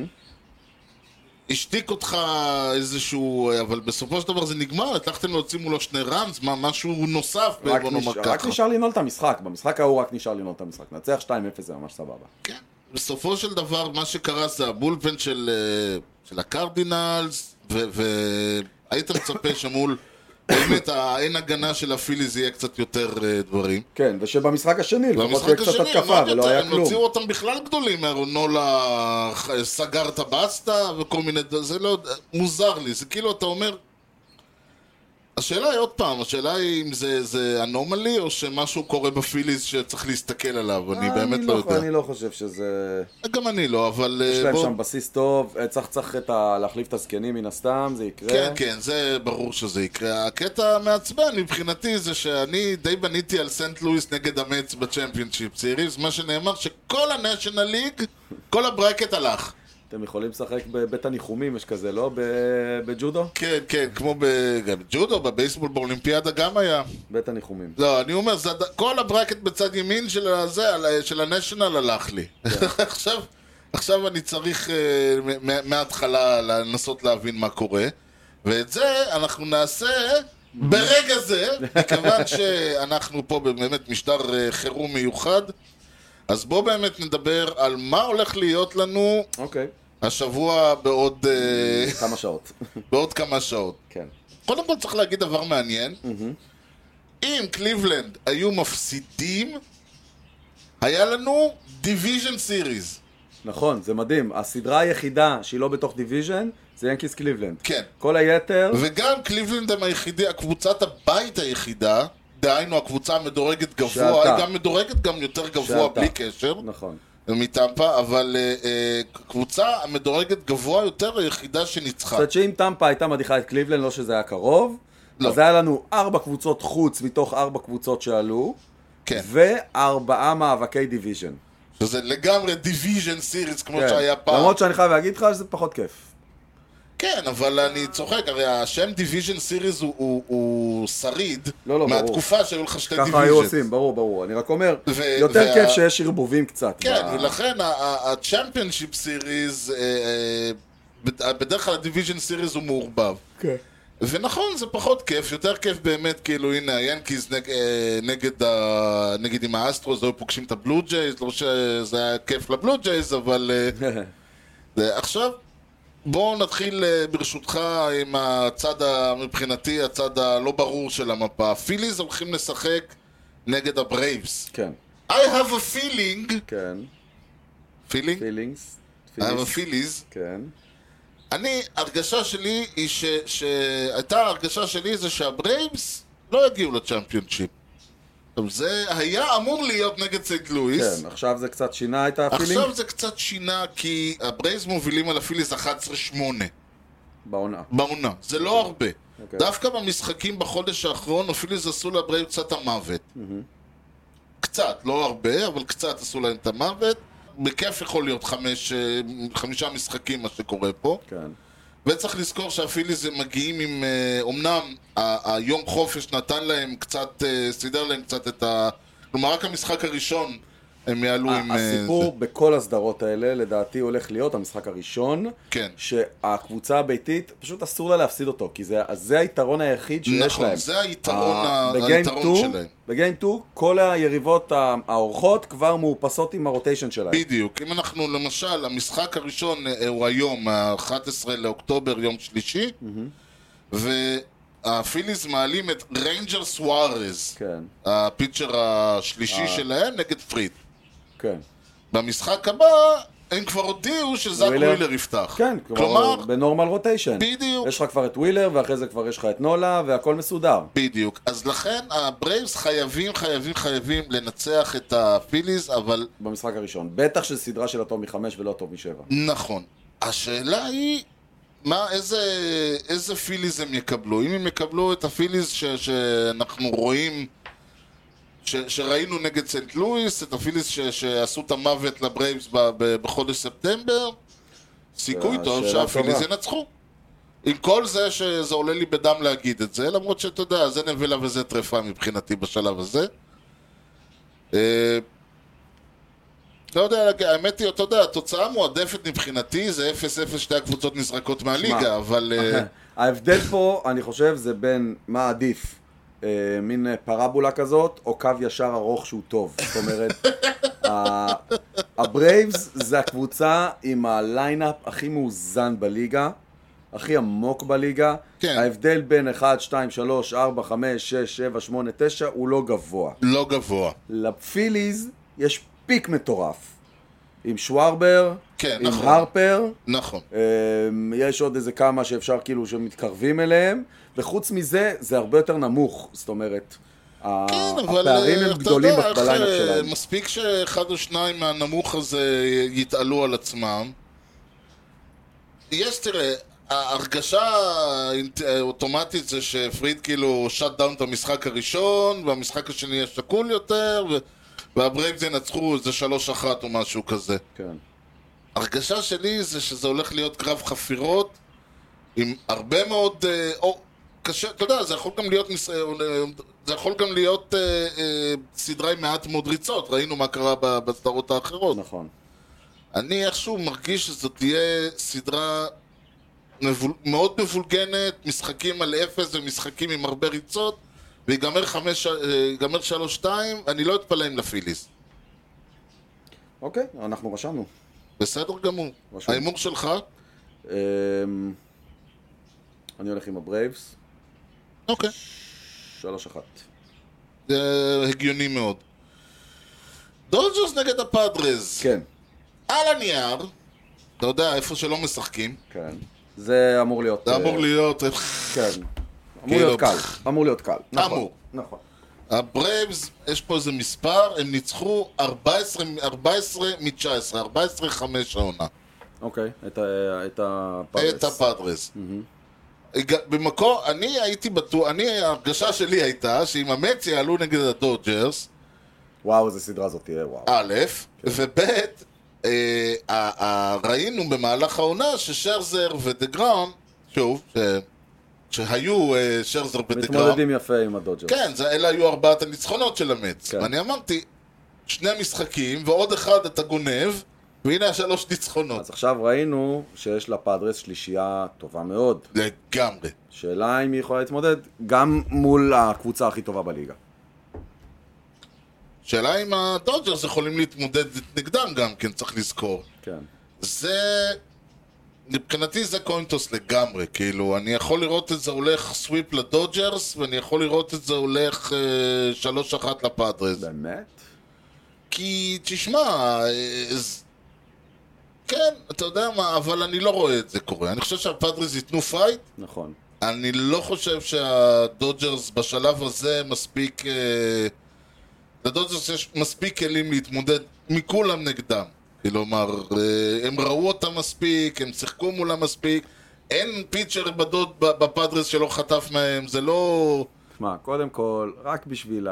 השתיק אותך איזשהו, אבל בסופו של דבר זה נגמר, הצלחתם להוציא מולו שני ראנס, משהו נוסף, בוא נאמר ככה. רק נשאר לנעול את המשחק, במשחק ההוא רק נשאר לנעול את המשחק, נצח שתיים אפס זה ממש סבבה. כן, בסופו של דבר מה שקרה זה הבולפן של הקרדינלס, והיית מצפה שמול... באמת, אין הגנה של הפיליז יהיה קצת יותר דברים. כן, ושבמשחק השני, לפחות יהיה קצת התקפה, ולא היה כלום. הם הוציאו אותם בכלל גדולים, נולה סגר את הבאסטה וכל מיני, זה לא, מוזר לי, זה כאילו אתה אומר, השאלה היא עוד פעם, השאלה היא אם זה, זה אנומלי או שמשהו קורה בפיליז שצריך להסתכל עליו, אני באמת לא יודע. אני לא חושב שזה... גם אני לא, אבל... יש להם שם בסיס טוב, צריך צריך להחליף את הזקנים מן הסתם, זה יקרה. כן, כן, זה ברור שזה יקרה. הקטע המעצבן מבחינתי זה שאני די בניתי על סנט לואיס נגד המץ בצ'מפיונשיפ סיריס, מה שנאמר שכל הנשיונל ליג, כל הברקט הלך. אתם יכולים לשחק בבית הניחומים, יש כזה, לא? בג'ודו? כן, כן, כמו בג'ודו, בבייסבול, באולימפיאדה גם היה. בית הניחומים. לא, אני אומר, כל הברקט בצד ימין של הנשיונל הלך לי. עכשיו, עכשיו אני צריך מההתחלה לנסות להבין מה קורה, ואת זה אנחנו נעשה ברגע זה, מכיוון שאנחנו פה באמת משדר חירום מיוחד, אז בואו באמת נדבר על מה הולך להיות לנו אוקיי. השבוע בעוד... כמה שעות. בעוד כמה שעות. כן. קודם כל צריך להגיד דבר מעניין. אם קליבלנד היו מפסידים, היה לנו דיוויז'ן סיריז. נכון, זה מדהים. הסדרה היחידה שהיא לא בתוך דיוויז'ן, זה ינקיס קליבלנד. כן. כל היתר... וגם קליבלנד הם היחידי, הקבוצת הבית היחידה, דהיינו הקבוצה המדורגת גבוה, שעתה. היא גם מדורגת גם יותר גבוה שעתה. בלי קשר. נכון. מטמפה, אבל uh, קבוצה המדורגת גבוה יותר היחידה שניצחה. זאת אומרת שאם טמפה הייתה מדיחה את קליבלנד, לא שזה היה קרוב, לא. אז היה לנו ארבע קבוצות חוץ מתוך ארבע קבוצות שעלו, כן. וארבעה מאבקי דיוויז'ן. שזה לגמרי דיוויז'ן סיריס כמו כן. שהיה פעם. למרות שאני חייב להגיד לך שזה פחות כיף. כן, אבל אני צוחק, הרי השם דיוויז'ן סיריס הוא, הוא, הוא שריד לא, לא, מהתקופה שהיו לך שתי דיוויז'ן. ככה היו עושים, ברור, ברור. אני רק אומר, ו- יותר וה... כיף שיש ערבובים קצת. כן, ב... ולכן הצ'מפיונשיפ סיריס, בדרך כלל הדיוויז'ן סיריס הוא מעורבב. כן. ונכון, זה פחות כיף, יותר כיף באמת, כאילו, הנה, היאנקיז נג, נגד, ה, נגד עם האסטרוס, היו פוגשים את הבלו ג'ייז, לא שזה היה כיף לבלו ג'ייז, אבל עכשיו, בואו נתחיל ברשותך עם הצד, מבחינתי, הצד הלא ברור של המפה. הפיליז הולכים לשחק נגד הברייבס. כן. I have a feeling. כן. feeling? feelings. I have a feelings. כן. אני, הרגשה שלי היא ש... שהייתה הרגשה שלי זה שהברייבס לא הגיעו לצ'אמפיונשיפ. זה היה אמור להיות נגד סנט לואיס. כן, עכשיו זה קצת שינה את הפילינג? עכשיו זה קצת שינה כי הברייבס מובילים על הפיליז אחת עשרה שמונה. בעונה. בעונה, זה לא הרבה. Okay. דווקא במשחקים בחודש האחרון הפיליז עשו לברייבס קצת המוות. Mm-hmm. קצת, לא הרבה, אבל קצת עשו להם את המוות. בכיף יכול להיות חמש, חמישה משחקים מה שקורה פה. כן. וצריך לזכור שהפיליז הם מגיעים עם, אומנם היום חופש נתן להם קצת, סידר להם קצת את ה... כלומר רק המשחק הראשון הם יעלו עם... הסיפור בכל הסדרות האלה לדעתי הולך להיות המשחק הראשון. כן. שהקבוצה הביתית פשוט אסור לה להפסיד אותו, כי זה, זה היתרון היחיד שיש להם. נכון, זה היתרון, היתרון שלהם. בגיים שתיים, כל היריבות האורחות כבר מאופסות עם הרוטיישן שלהם. בדיוק. אם אנחנו למשל, המשחק הראשון הוא היום, ה-אחד עשר לאוקטובר, יום שלישי, והפיליז מעלים את ריינג'ר סוארז, כן. הפיצ'ר השלישי שלהם, נגד פריד. כן. במשחק הבא הם כבר הודיעו שזאק ווילר יפתח. כן, כלומר בנורמל רוטיישן. בדיוק. יש לך כבר את ווילר ואחרי זה כבר יש לך את נולה והכל מסודר. בדיוק. אז לכן הברייבס חייבים, חייבים, חייבים לנצח את הפיליז, אבל... במשחק הראשון. בטח שזה סדרה של הטוב מחמש ולא הטוב משבע. נכון. השאלה היא, מה, איזה, איזה פיליז הם יקבלו? אם הם יקבלו את הפיליז ש, שאנחנו רואים... ש, שראינו נגד סנט לואיס, את הפיליס ש, שעשו את המוות לברייבס ב, ב, בחודש ספטמבר, סיכוי טוב שהפיליס ינצחו. עם כל זה שזה עולה לי בדם להגיד את זה, למרות שאתה יודע, זה נבלה וזה טרפה מבחינתי בשלב הזה. אה, לא יודע, האמת היא, אתה יודע, התוצאה מועדפת מבחינתי זה אפס אפס שתי הקבוצות נזרקות מהליגה, אבל... ההבדל פה, אני חושב, זה בין מה עדיף. מין פרבולה כזאת, או קו ישר ארוך שהוא טוב. זאת אומרת, הברייבס זה הקבוצה עם הליינאפ הכי מאוזן בליגה, הכי עמוק בליגה. כן. ההבדל בין אחת, שתיים, שלוש, ארבע, חמש, שש, שבע, שמונה, תשע הוא לא גבוה. לא גבוה. לפיליז יש פיק מטורף. עם שווארבר, כן, עם נכון. הרפר. נכון. יש עוד איזה כמה שאפשר כאילו שמתקרבים אליהם. וחוץ מזה, זה הרבה יותר נמוך, זאת אומרת, כן, הפערים הם גדולים בליינאפ שלהם. מספיק שאחד או שניים מהנמוך הזה יתעלו על עצמם. יש, תראה, ההרגשה האוטומטית זה שפריד כאילו שט דאון את המשחק הראשון, והמשחק השני יהיה שקול יותר, והברייבס ינצחו איזה שלוש אחת או משהו כזה. כן. הרגשה שלי זה שזה הולך להיות קרב חפירות, עם הרבה מאוד... או, קשה, אתה יודע, זה יכול גם להיות, זה יכול גם להיות אה, אה, סדרה עם מעט מאוד ריצות, ראינו מה קרה בסדרות האחרות. נכון. אני איכשהו מרגיש שזאת תהיה סדרה מבול, מאוד מבולגנת, משחקים על אפס ומשחקים עם הרבה ריצות, ויגמר חמש, יגמר שלוש שתיים, אני לא אתפלא עם לפיליס. אוקיי, אנחנו רשמנו. בסדר גמור. ההימור שלך? אני הולך עם הברייבס. אוקיי. שלוש אחת. זה הגיוני מאוד. דודג'רס נגד הפאדרס. כן. על הנייר, אתה יודע, איפה שלא משחקים. כן. זה אמור להיות... זה אמור להיות... כן. אמור להיות קל. אמור להיות קל. אמור. נכון. הברייבס, יש פה איזה מספר, הם ניצחו ארבע עשרה מתשע עשרה, ארבע עשרה חמש העונה. אוקיי, את הפאדרס. את הפאדרס. במקור, אני הייתי בטוח, אני, ההרגשה שלי הייתה שאם המץ יעלו נגד הדודג'רס, וואו, איזה סדרה זאת תהיה, וואו. א', וב', ראינו במהלך העונה ששרזר ודגראם, שוב, שהיו שרזר ודגראם, מתמודדים יפה עם הדודג'רס. כן, אלה היו ארבעת הניצחונות של המץ. ואני אמרתי, שני משחקים ועוד אחד אתה גונב, והנה השלוש ניצחונות. אז עכשיו ראינו שיש לפאדרס שלישייה טובה מאוד. לגמרי. שאלה אם היא יכולה להתמודד גם מול הקבוצה הכי טובה בליגה. שאלה אם הדודג'רס יכולים להתמודד נגדם גם כן, צריך לזכור. כן. זה... מבחינתי זה קוינטוס לגמרי, כאילו, אני יכול לראות את זה הולך סוויפ לדודג'רס, ואני יכול לראות את זה הולך אה, שלוש אחת לפאדרס. באמת? כי, תשמע, אה, כן, אתה יודע מה, אבל אני לא רואה את זה קורה. אני חושב שהפאדרס ייתנו פייט. נכון. אני לא חושב שהדודג'רס בשלב הזה מספיק... לדודג'רס יש מספיק כלים להתמודד מכולם נגדם. כלומר, הם ראו אותם מספיק, הם שיחקו מולם מספיק. אין פיצ'ר בדוד בפאדרס שלא חטף מהם, זה לא... תשמע, קודם כל, רק בשביל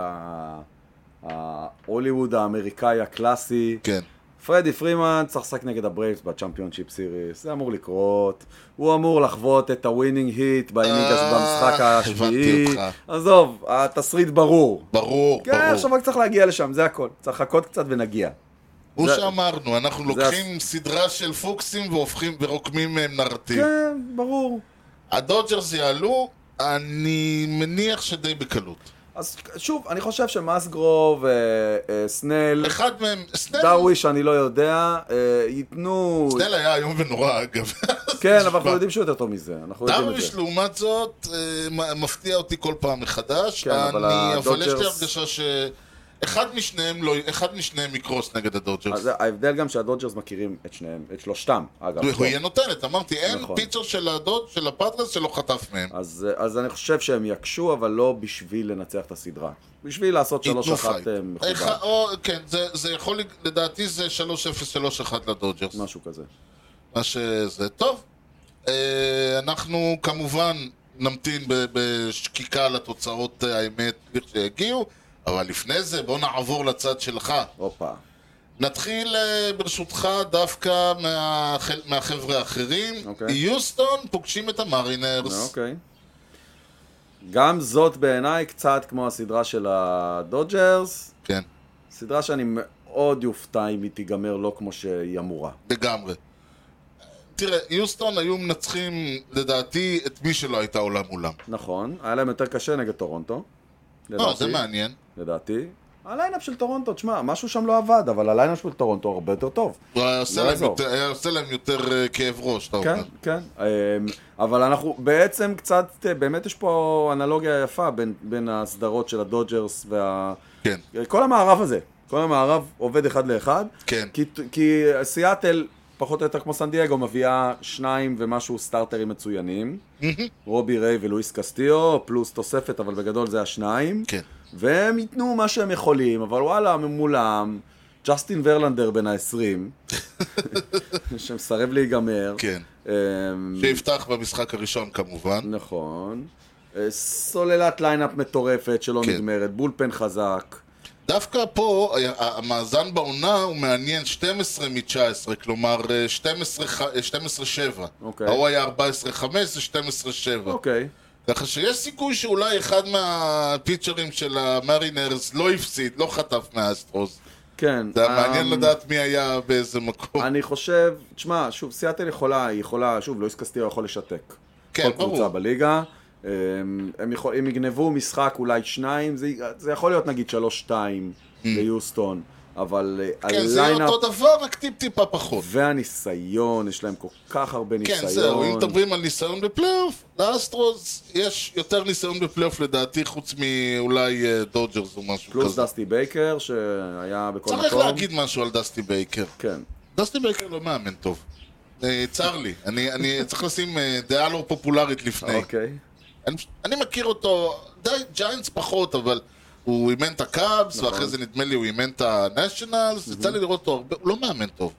ההוליווד האמריקאי הקלאסי, כן. פרדי פרימן צריך לשחק נגד הברייבס בצ'אמפיונשיפ סיריס, זה אמור לקרות, הוא אמור לחוות את הווינינג היט באינינג במשחק השביעי, עזוב, התסריט ברור. ברור, כן, ברור. עכשיו רק צריך להגיע לשם, זה הכל, צריך לחכות קצת ונגיע. הוא שאמרנו, אנחנו לוקחים סדרה של פוקסים והופכים ורוקמים מהם נרטיב. כן, ברור. הדודג'רס יעלו, אני מניח שדי בקלות. אז שוב, אני חושב שמאסגרוב, סנל, אחד מהם, סנל... דרוויש, אני לא יודע, ייתנו... סנל היה היום ונורא, אגב. כן, אבל אנחנו יודעים שהוא יותר טוב מזה. דרוויש, לעומת זאת, מפתיע אותי כל פעם מחדש. אבל יש לי הרגשה ש... אחד משניהם לא, אחד משניהם יקרוס נגד הדודג'רס. אז ההבדל גם שהדודג'רס מכירים את שניהם, את שלושתם, אגב. הוא יהיה נותנת, אמרתי, אין פיצ'ר של הדוד, של הפאדרס שלא חטף מהם. אז, אז אני חושב שהם יקשו, אבל לא בשביל לנצח את הסדרה. בשביל לעשות שלוש אחת מכובד. כן, זה, זה יכול, לדעתי זה שלוש אפס שלוש אחת לדודג'רס. משהו כזה. מה שזה, טוב. אנחנו כמובן נמתין בשקיקה לתוצאות האמת שיגיעו. אבל לפני זה בוא נעבור לצד שלך. אופה. נתחיל ברשותך דווקא מהחל... מהחבר'ה האחרים. אוקיי. יוסטון פוגשים את המרינרס. אוקיי. גם זאת בעיניי קצת כמו הסדרה של הדודג'רס. כן. סדרה שאני מאוד יופתע אם היא תיגמר לא כמו שהיא אמורה. לגמרי. תראה, יוסטון היו מנצחים לדעתי את מי שלא הייתה עולה מולם. נכון. היה להם יותר קשה נגד טורונטו. לא, זה מעניין. לדעתי. הליינאפ של טורונטו, תשמע, משהו שם לא עבד, אבל הליינאפ של טורונטו הרבה יותר טוב. הוא היה עושה להם יותר כאב ראש, אתה אומר. כן, כן. אבל אנחנו בעצם קצת, באמת יש פה אנלוגיה יפה בין הסדרות של הדודג'רס וה... כן. כל המערב הזה, כל המערב עובד אחד לאחד. כן. כי סיאטל... פחות או יותר כמו סן דייגו, מביאה שניים ומשהו סטארטרים מצוינים. רובי ריי ולואיס קסטיו, פלוס תוספת, אבל בגדול זה השניים. כן. והם ייתנו מה שהם יכולים, אבל וואלה, מולם, ג'סטין ורלנדר בן ה-עשרים, שמסרב להיגמר. כן. שיפתח במשחק הראשון כמובן. נכון. סוללת ליינאפ מטורפת שלא נגמרת, בולפן חזק. דווקא פה, המאזן בעונה הוא מעניין שתים עשרה מתשע עשרה, כלומר שתים עשרה שבע. אוקיי. הוא היה ארבע עשרה חמש, זה שתים עשרה שבע. אוקיי. ככה שיש סיכוי שאולי אחד מהפיצ'רים של המרינרס לא הפסיד, לא חטף מהאסטרוס. כן. זה מעניין לדעת מי היה באיזה מקום. אני חושב, תשמע, שוב, סיאטל יכולה, היא יכולה, שוב, לואיס קסטיו יכול לשתק. כן, כל קבוצה בליגה. הם יכול, אם יגנבו משחק אולי שניים, זה, זה יכול להיות נגיד שלוש שתיים ליוסטון, אבל כן, זה יהיה אותו דבר, רק טיפ טיפה פחות. והניסיון, יש להם כל כך הרבה ניסיון. כן, זהו, אם מדברים על ניסיון בפלייאוף, לאסטרוס יש יותר ניסיון בפלייאוף לדעתי, חוץ מאולי דודג'רס או משהו כזה. פלוס דסטי בייקר, שהיה בכל מקום. צריך להגיד משהו על דסטי בייקר. כן. דסטי בייקר לא מאמן טוב. צר לי, אני, אני צריך לשים דעה לא פופולרית לפני. אוקיי. אני, אני מכיר אותו, די, ג'יינטס פחות, אבל הוא אימן את הקאבס, נכון. ואחרי זה נדמה לי הוא אימן את הנשיונלס, יצא לי לראות אותו הרבה, הוא לא מאמן טוב.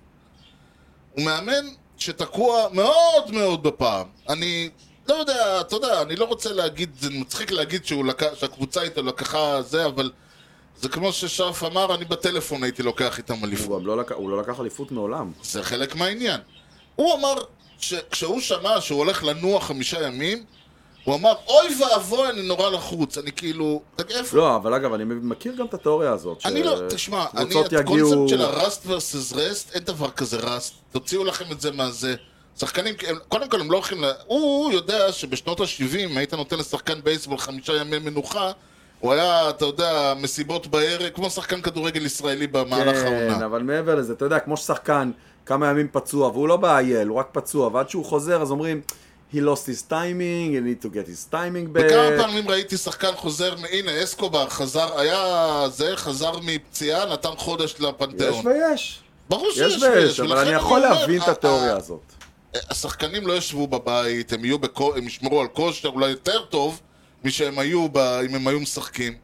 הוא מאמן שתקוע מאוד מאוד בפעם. אני לא יודע, אתה יודע, אני לא רוצה להגיד, זה מצחיק להגיד שהוא לקח, שהקבוצה איתו לקחה זה, אבל זה כמו ששרף אמר, אני בטלפון הייתי לוקח איתם אליפות. הוא לא, לק... הוא לא לקח אליפות מעולם. זה חלק מהעניין. הוא אמר שכשהוא שמע שהוא הולך לנוע חמישה ימים, הוא אמר, אוי ואבוי, אני נורא לחוץ, אני כאילו, איפה? לא, אבל אגב, אני מכיר גם את התיאוריה הזאת. אני לא, תשמע, אני, את הקונספט של הרסט versus רסט, אין דבר כזה רסט, תוציאו לכם את זה מהזה. שחקנים, קודם כל הם לא הולכים ל... הוא יודע שבשנות ה-שבעים, היית נותן לשחקן בייסבול חמישה ימי מנוחה, הוא היה, אתה יודע, מסיבות בערב, כמו שחקן כדורגל ישראלי במהלך העונה. כן, אבל מעבר לזה, אתה יודע, כמו ששחקן כמה ימים פצוע, והוא לא בעייל, הוא רק פצוע, ועד שהוא חוזר, אז אומרים, he lost his timing, you need to get his timing back. וכמה פעמים ראיתי שחקן חוזר, הנה, אסקובר חזר, היה זה, חזר מפציעה, נתן חודש לפנתיאון. יש ויש. ברור שיש ויש, אבל אני יכול להבין את התיאוריה הזאת. השחקנים לא ישבו בבית, הם יהיו בקו, הם ישמרו על כושר, אולי יותר טוב, משהם היו, ב, אם הם היו משחקים.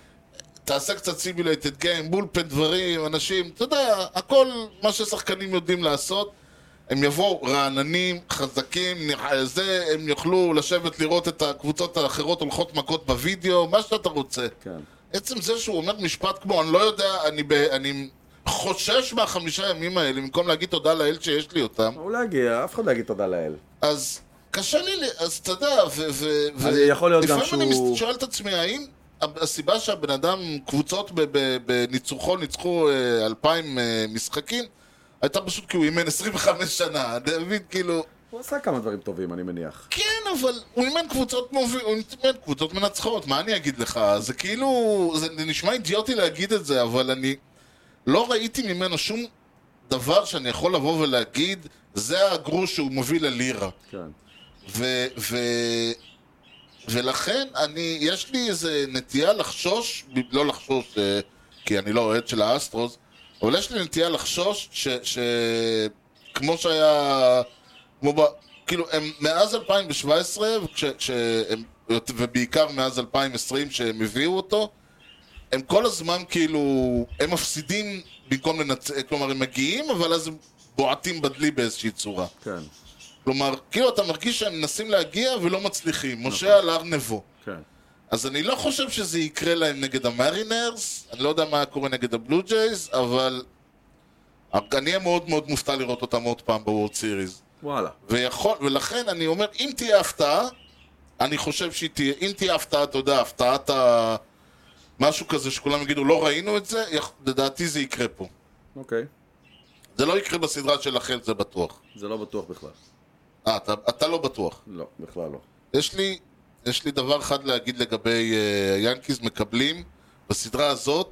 תעשה קצת סימולייטד גיים, בולפן דברים, אנשים, אתה יודע, הכל מה ששחקנים יודעים לעשות, הם יבואו רעננים, חזקים, זה, הם יוכלו לשבת לראות את הקבוצות האחרות הולכות מכות בווידאו, מה שאתה רוצה. כן. עצם זה שהוא אומר משפט כמו, אני לא יודע, אני, ב, אני חושש מהחמישה ימים האלה, במקום להגיד תודה לאל שיש לי אותם. הוא להגיע, אף אחד לא להגיד תודה לאל. אז קשה לי, אז אתה יודע, ו... ו, אז יכול להיות גם שהוא... לפעמים אני שואל את עצמי, האם הסיבה שהבן אדם, קבוצות בניצוחו ניצחו אלפיים משחקים, הייתה פשוט כי הוא אימן עשרים וחמש שנה, דוד כאילו... הוא עשה כמה דברים טובים, אני מניח. כן, אבל הוא אימן קבוצות מוביל, הוא אימן קבוצות מנצחות, מה אני אגיד לך? זה כאילו, זה נשמע אידיוטי להגיד את זה, אבל אני לא ראיתי ממנו שום דבר שאני יכול לבוא ולהגיד, זה הגרוש שהוא מוביל ללירה. כן. ו... ו... ולכן אני, יש לי איזה נטייה לחשוש, לא לחשוש, כי אני לא אוהד של האסטרוס, אבל יש לי נטייה לחשוש ש... ש... כמו שהיה... כמו ב... כאילו, הם מאז אלפיים שבע עשרה, כש... שהם... ובעיקר מאז אלפיים עשרים שהם הביאו אותו, הם כל הזמן כאילו, הם מפסידים במקום לנצח, כלומר הם מגיעים, אבל אז הם בועטים בדלי באיזושהי צורה. כן. כלומר, כאילו אתה מרגיש שהם מנסים להגיע ולא מצליחים. משה על הר נבו. כן. אז אני לא חושב שזה יקרה להם נגד המרינרס, אני לא יודע מה קורה נגד הבלו ג'ייז, אבל אני אהיה מאוד מאוד מופתע לראות אותם עוד פעם בוורד סיריז. וואלה. ויכול, ולכן אני אומר, אם תהיה הפתעה, אני חושב שהיא תהיה, אם תהיה הפתעה, אתה יודע, הפתעת ה... משהו כזה שכולם יגידו, לא ראינו את זה, לדעתי זה יקרה פה. אוקיי. זה לא יקרה בסדרה של החל, זה בטוח. זה לא בטוח בכלל. אה, אתה, אתה לא בטוח. לא, בכלל לא. יש לי, יש לי דבר אחד להגיד לגבי uh, ינקיז מקבלים בסדרה הזאת,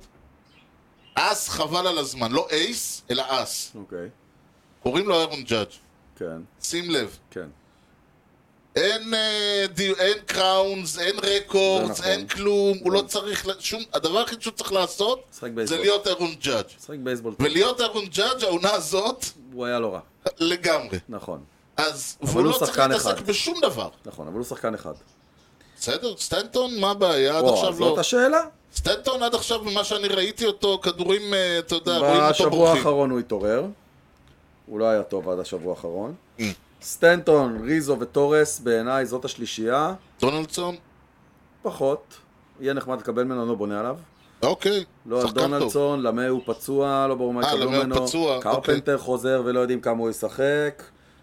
אס חבל על הזמן, לא אייס, אלא אס. אוקיי. קוראים לו אירון ג'אדג'. כן. שים לב. כן. אין, uh, די, אין קראונס, אין רקורדס, נכון. אין כלום, הוא לא צריך, שום, הדבר הכי שהוא צריך לעשות זה להיות אירון ג'אדג'. שחק בייסבול. ולהיות אירון ג'אדג' העונה הזאת, הוא היה לא רע. לגמרי. נכון. אז הוא לא צריך להתעסק בשום דבר. נכון, אבל הוא שחקן אחד. בסדר, סטנטון, מה הבעיה? עד עכשיו לא... זאת השאלה. סטנטון עד עכשיו, במה שאני ראיתי אותו, כדורים, אתה יודע, רואים אותו בורחים. בשבוע האחרון הוא התעורר. הוא לא היה טוב עד השבוע האחרון. סטנטון, ריזו וטורס, בעיניי זאת השלישייה. דונלדסון? פחות. יהיה נחמד לקבל ממנו, אני לא בונה עליו. אוקיי, לא על דונלדסון, למי הוא פצוע, לא ברור מה יקבלו ממנו. קרפנטר חוזר ולא יודעים כמה הוא ישחק.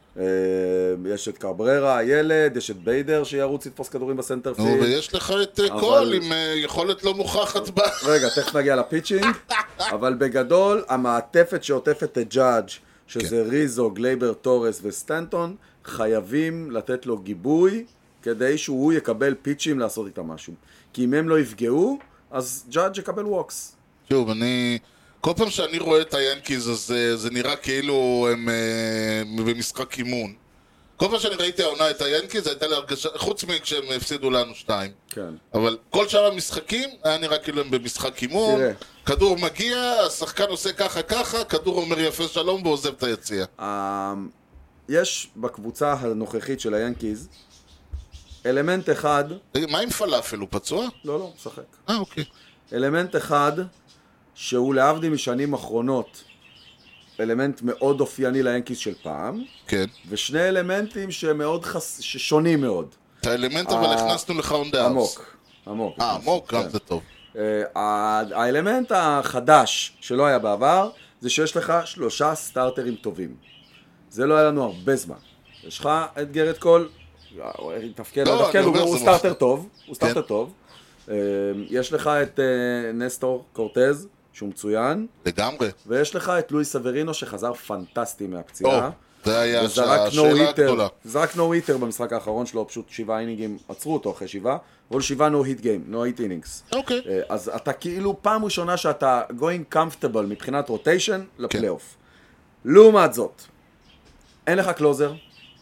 יש את קרבררה, הילד, יש את ביידר שירוץ לתפוס כדורים בסנטר פיל. ויש לך את קול עם יכולת לא מוכחת בה. רגע, תכף נגיע לפיצ'ינג. אבל בגדול, המעטפת שעוטפת את ג'אדג' שזה ריזו, גלייבר, טורס וסטנטון, חייבים לתת לו גיבוי כדי שהוא יקבל פיצ'ים לעשות איתם משהו. כי אם הם לא יפגעו, אז ג'אדג' יקבל ווקס. שוב, אני... כל פעם שאני רואה את היאנקיז, אז זה נראה כאילו הם במשחק אימון. כל פעם שאני ראיתי העונה את היאנקיז, הייתה לי הרגשה, חוץ מכשהם הפסידו לנו שתיים. כן. אבל כל שאר המשחקים, היה נראה כאילו הם במשחק אימון, כדור מגיע, השחקן עושה ככה ככה, כדור אומר יפה שלום ועוזב את היציאה. יש בקבוצה הנוכחית של היאנקיז, אלמנט אחד... מה עם פלאפל? הוא פצוע? לא, לא, משחק. אה, אוקיי. אלמנט אחד, שהוא להבדיל משנים אחרונות, אלמנט מאוד אופייני ליאנקיז של פעם. כן. ושני אלמנטים שמאוד חס... ששונים מאוד. את האלמנט אבל הכנסנו לך on the house. עמוק. עמוק. אה, עמוק, גם זה טוב. האלמנט החדש שלא היה בעבר, זה שיש לך שלושה סטארטרים טובים. זה לא היה לנו הרבה זמן. יש לך את גרד קול, תפקל, הוא סטארטר טוב, הוא סטארטר טוב. יש לך את נסטור קורטז, שהוא מצוין. לגמרי. ויש לך את לואי סברינו שחזר פנטסטי מהפציעה. זה היה השאלה הגדולה. זרק נו היטר במשחק האחרון שלו, פשוט שבעה אינינגים, עצרו אותו אחרי שבעה, אבל שבעה נו היט גיים, נו היט אינינגס. אוקיי. אז אתה כאילו פעם ראשונה שאתה going comfortable מבחינת רוטיישן לפלייאוף. לעומת זאת, אין לך קלוזר,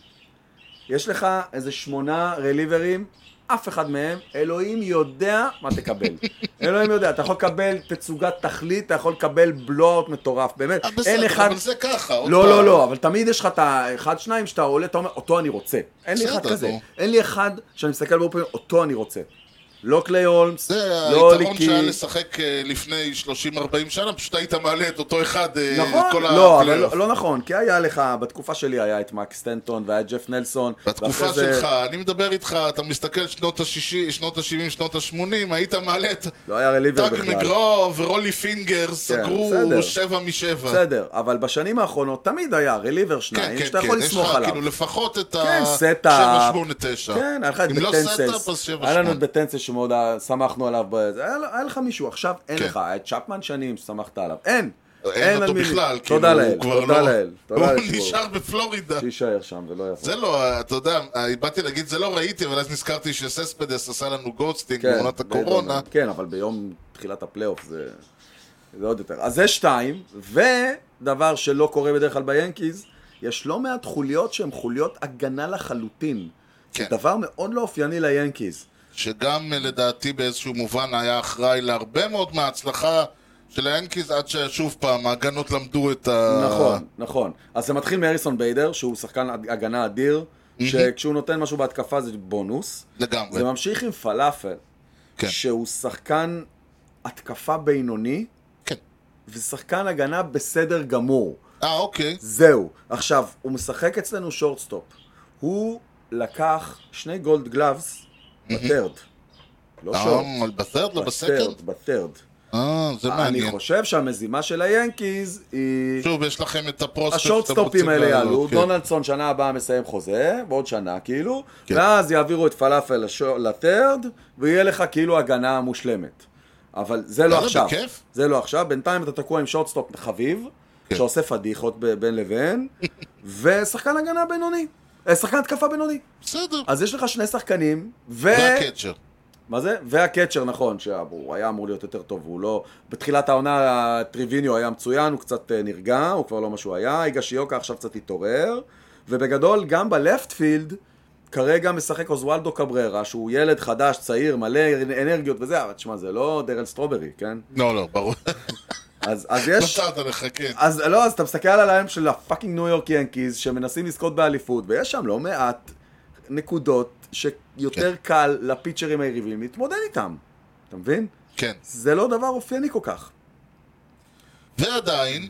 יש לך איזה שמונה רליברים, אף אחד מהם, אלוהים יודע מה תקבל. אלוהים יודע, אתה יכול לקבל תצוגת תכלית, אתה יכול לקבל בלואוט מטורף, באמת. אין אחד... אבל זה ככה. לא, לא, לא, אבל תמיד יש לך את האחד, שניים, שאתה עולה, אתה אומר, אותו אני רוצה. אין לי אחד כזה. אין לי אחד שאני מסתכל באופן, אותו אני רוצה. לא קליי הולמס, לא ליקי. זה היתרון שהיה לשחק לפני שלושים ארבעים שנה, פשוט היית מעלה את אותו אחד. נכון, לא, אבל לא נכון, כי היה לך, בתקופה שלי היה את מק סטנטון והיה ג'ף נלסון. בתקופה שלך, אני מדבר איתך, אתה מסתכל שנות ה-שישים, שנות ה-שבעים, שנות ה-שמונים, היית מעלה את טאג מגרו ורולי פינגר, סגרו שבע משבע. בסדר, אבל בשנים האחרונות תמיד היה רליבר שניים, שאתה יכול לסמוך עליו. כאילו לפחות את ה-שבע שמונה תשע. כן, היה לנו את בטנסס שמאוד שמחנו עליו, היה לך מישהו, עכשיו אין לך, את צ'פמן שנים ששמחת עליו, אין. אין אותו בכלל, תודה לאל, תודה לאל. הוא נשאר בפלורידה. שישאר שם ולא יפה. זה לא, אתה יודע, באתי להגיד, זה לא ראיתי, אבל אז נזכרתי שסספדס עשה לנו גוסטינג בעונת הקורונה. כן, אבל ביום תחילת הפלייאוף זה עוד יותר. אז זה שתיים, ודבר שלא קורה בדרך כלל ביאנקיז, יש לא מעט חוליות שהן חוליות הגנה לחלוטין. זה דבר מאוד לא אופייני ליאנקיז. שגם לדעתי באיזשהו מובן היה אחראי להרבה מאוד מההצלחה של היאנקיז, עד ששוב פעם ההגנות למדו את ה... נכון, נכון. אז זה מתחיל מאריסון ביידר, שהוא שחקן הגנה אדיר, שכשהוא נותן משהו בהתקפה זה בונוס. לגמרי. זה ממשיך עם פלאפל, כן. שהוא שחקן התקפה בינוני, כן. ושחקן הגנה בסדר גמור. אה, אוקיי. זהו. עכשיו, הוא משחק אצלנו שורטסטופ. הוא לקח שני גולד גלאבס, בטרד. לא שורט. בטרד, לא בסקנד? בטרד. אה, זה מעניין. אני חושב שהמזימה של היאנקיז היא... שוב, יש לכם את הפרוספקט. השורטסטופים האלה יעלו, דונלדסון שנה הבאה מסיים חוזה, בעוד שנה כאילו, ואז יעבירו את פלאפל לטרד, ויהיה לך כאילו הגנה מושלמת. אבל זה לא עכשיו. זה לא עכשיו, בינתיים אתה תקוע עם שורטסטופ חביב, שעושה פדיחות בין לבין, ושחקן הגנה בינוני. שחקן התקפה בינוני. בסדר. אז יש לך שני שחקנים, ו... והקצ'ר. מה זה? והקצ'ר, נכון, שהוא היה אמור להיות יותר טוב, הוא לא... בתחילת העונה טריוויניו היה מצוין, הוא קצת נרגע, הוא כבר לא מה שהוא היה, היגשיוקה עכשיו קצת התעורר, ובגדול גם בלפט פילד, כרגע משחק אוזוולדו קבררה, שהוא ילד חדש, צעיר, מלא אנרגיות וזה, אבל תשמע, זה לא דרל סטרוברי, כן? לא, לא, ברור. אז, אז יש... נתת לך, כן. אז לא, אז אתה מסתכל על הליים של הפאקינג ניו יורק ינקיז, שמנסים לזכות באליפות, ויש שם לא מעט נקודות שיותר קל לפיצ'רים היריבים להתמודד איתם. אתה מבין? כן. זה לא דבר אופייני כל כך. ועדיין,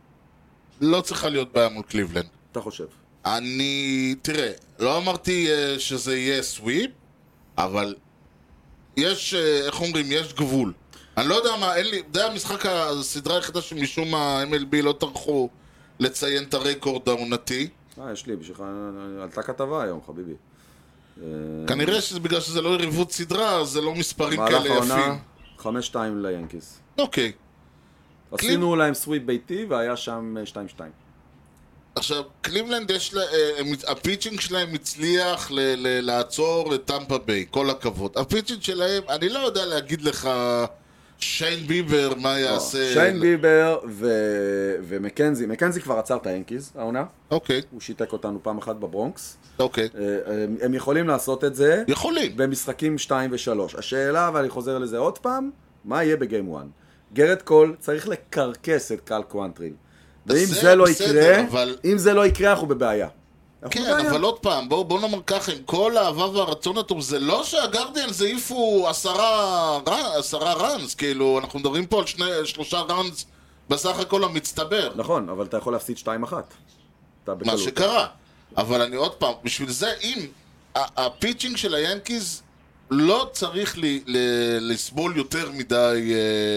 לא צריכה להיות בעיה מול קליבלנד. אתה חושב? אני... תראה, לא אמרתי uh, שזה יהיה סוויפ, אבל יש, uh, איך אומרים, יש גבול. אני לא יודע מה, אין לי... זה המשחק, הסדרה היחידה שמשום ה-אם אל בי לא טרחו לציין את הרקורד העונתי. אה, יש לי, בשבילך, עלתה כתבה היום, חביבי. כנראה שזה בגלל שזה לא יריבות סדרה, זה לא מספרים כאלה יפים. חמש שתיים ליאנקיס. אוקיי. עשינו להם סוויפ ביתי והיה שם שתיים שתיים. עכשיו, קליבלנד יש לה... הפיצ'ינג שלהם הצליח לעצור את טמפה ביי, כל הכבוד. הפיצ'ינג שלהם, אני לא יודע להגיד לך שיין ביבר, מה יעשה? שיין ביבר ומקנזי, מקנזי כבר עצר את היאנקיז, העונה. אוקיי. הוא שיתק אותנו פעם אחת בברונקס. אוקיי. הם יכולים לעשות את זה. יכולים. במשחקים שתיים ושלוש. השאלה, ואני חוזר לזה עוד פעם, מה יהיה בגיים אחת? גרד קול צריך לקרקס את קל קוונטריל. ואם זה לא יקרה, אם זה לא יקרה, אנחנו בבעיה. כן, אבל עוד פעם, בואו בוא נאמר ככה, עם כל האהבה והרצון הטוב, זה לא שהגרדיאנס העיפו עשרה, עשרה ראנס, כאילו, אנחנו מדברים פה על שני, שלושה ראנס בסך הכל המצטבר. נכון, אבל אתה יכול להפסיד שתיים אחת. מה שקרה. אבל אני עוד פעם, בשביל זה, אם הפיצ'ינג של היאנקיז לא צריך לי, ל, לסבול יותר מדי...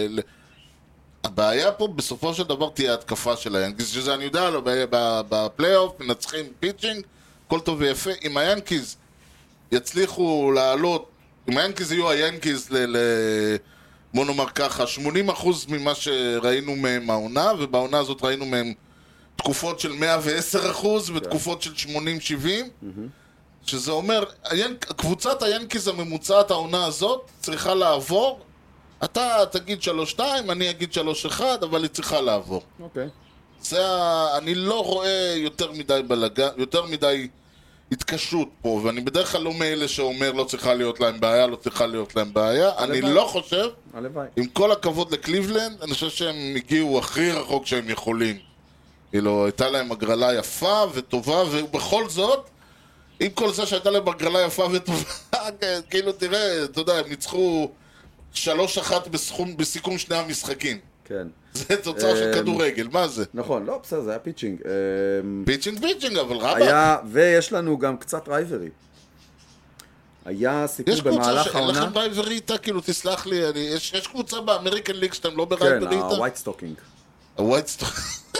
הבעיה פה בסופו של דבר תהיה התקפה של היאנקיז, שזה אני יודע לו, בפלייאוף מנצחים פיצ'ינג, כל טוב ויפה. אם היאנקיז יצליחו לעלות, אם היאנקיז יהיו היאנקיז ל... בוא נאמר ככה, שמונים אחוז ממה שראינו מהם העונה, ובעונה הזאת ראינו מהם תקופות של מאה ועשר אחוז ותקופות של שמונים שבעים, שזה אומר, קבוצת היאנקיז הממוצעת העונה הזאת צריכה לעבור, אתה תגיד שלוש שתיים, אני אגיד שלוש אחת, אבל היא צריכה לעבור. אוקיי. זה ה... אני לא רואה יותר מדי בלגה, יותר מדי התקשות פה, ואני בדרך כלל לא מאלה שאומר לא צריכה להיות להם בעיה, לא צריכה להיות להם בעיה. אני לא חושב, עם כל הכבוד לקליבלנד, אני חושב שהם הגיעו הכי רחוק שהם יכולים. כאילו, הייתה להם הגרלה יפה וטובה, ובכל זאת, עם כל זה שהייתה להם הגרלה יפה וטובה, כאילו תראה, אתה יודע, הם ניצחו שלוש אחת בסכום, בסיכום שני המשחקים. כן. זה תוצאה של כדורגל, מה זה? נכון, לא, בסדר, זה היה פיצ'ינג. פיצ'ינג, פיצ'ינג, אבל רבה. היה, ויש לנו גם קצת רייברי. היה סיפור במהלך העונה. יש קבוצה שאין לכם רייברי איתה, כאילו, תסלח לי, יש קבוצה באמריקן ליג שאתם לא ברייברי איתה? כן, הווייט סטוקינג. הווייט סטוקינג.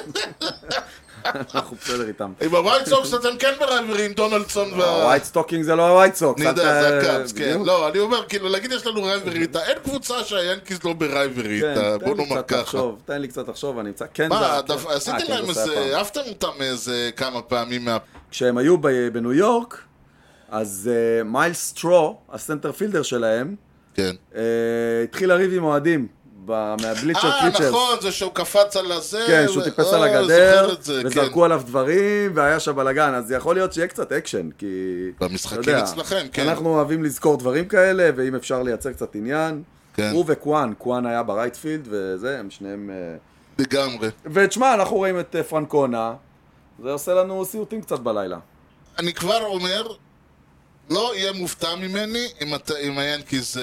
אנחנו בסדר איתם. עם הווייט סוקס אתם כן ברייברי עם דונלדסון וה... הווייט סטוקינג זה לא הווייט סוקס. אני יודע, זה הקאפס, כן. לא, אני אומר, כאילו, להגיד יש לנו רייברי איתה, אין קבוצה שהיאנקיז לא ברייברי איתה, בוא נאמר ככה. תן לי קצת לחשוב, אני אמצא, כן זה... מה, עשיתם להם איזה, אהבתם אותם איזה כמה פעמים מה... כשהם היו בניו יורק, אז מייל סטרו, הסנטר פילדר שלהם, התחיל לריב עם אוהדים. מהבליצ'ר פיצ'רס. אה, נכון, זה שהוא קפץ על הזה. כן, שהוא טיפס על הגדר, וזרקו עליו דברים, והיה שם בלגן, אז יכול להיות שיהיה קצת אקשן, כי... במשחקים אצלכם, כן. אנחנו אוהבים לזכור דברים כאלה, ואם אפשר לייצר קצת עניין. הוא וקואן, קואן היה ברייטפילד, וזה, הם שניהם... לגמרי. ותשמע, אנחנו רואים את פרנקונה, זה עושה לנו סיוטים קצת בלילה. אני כבר אומר, לא יהיה מופתע ממני אם היאנקיז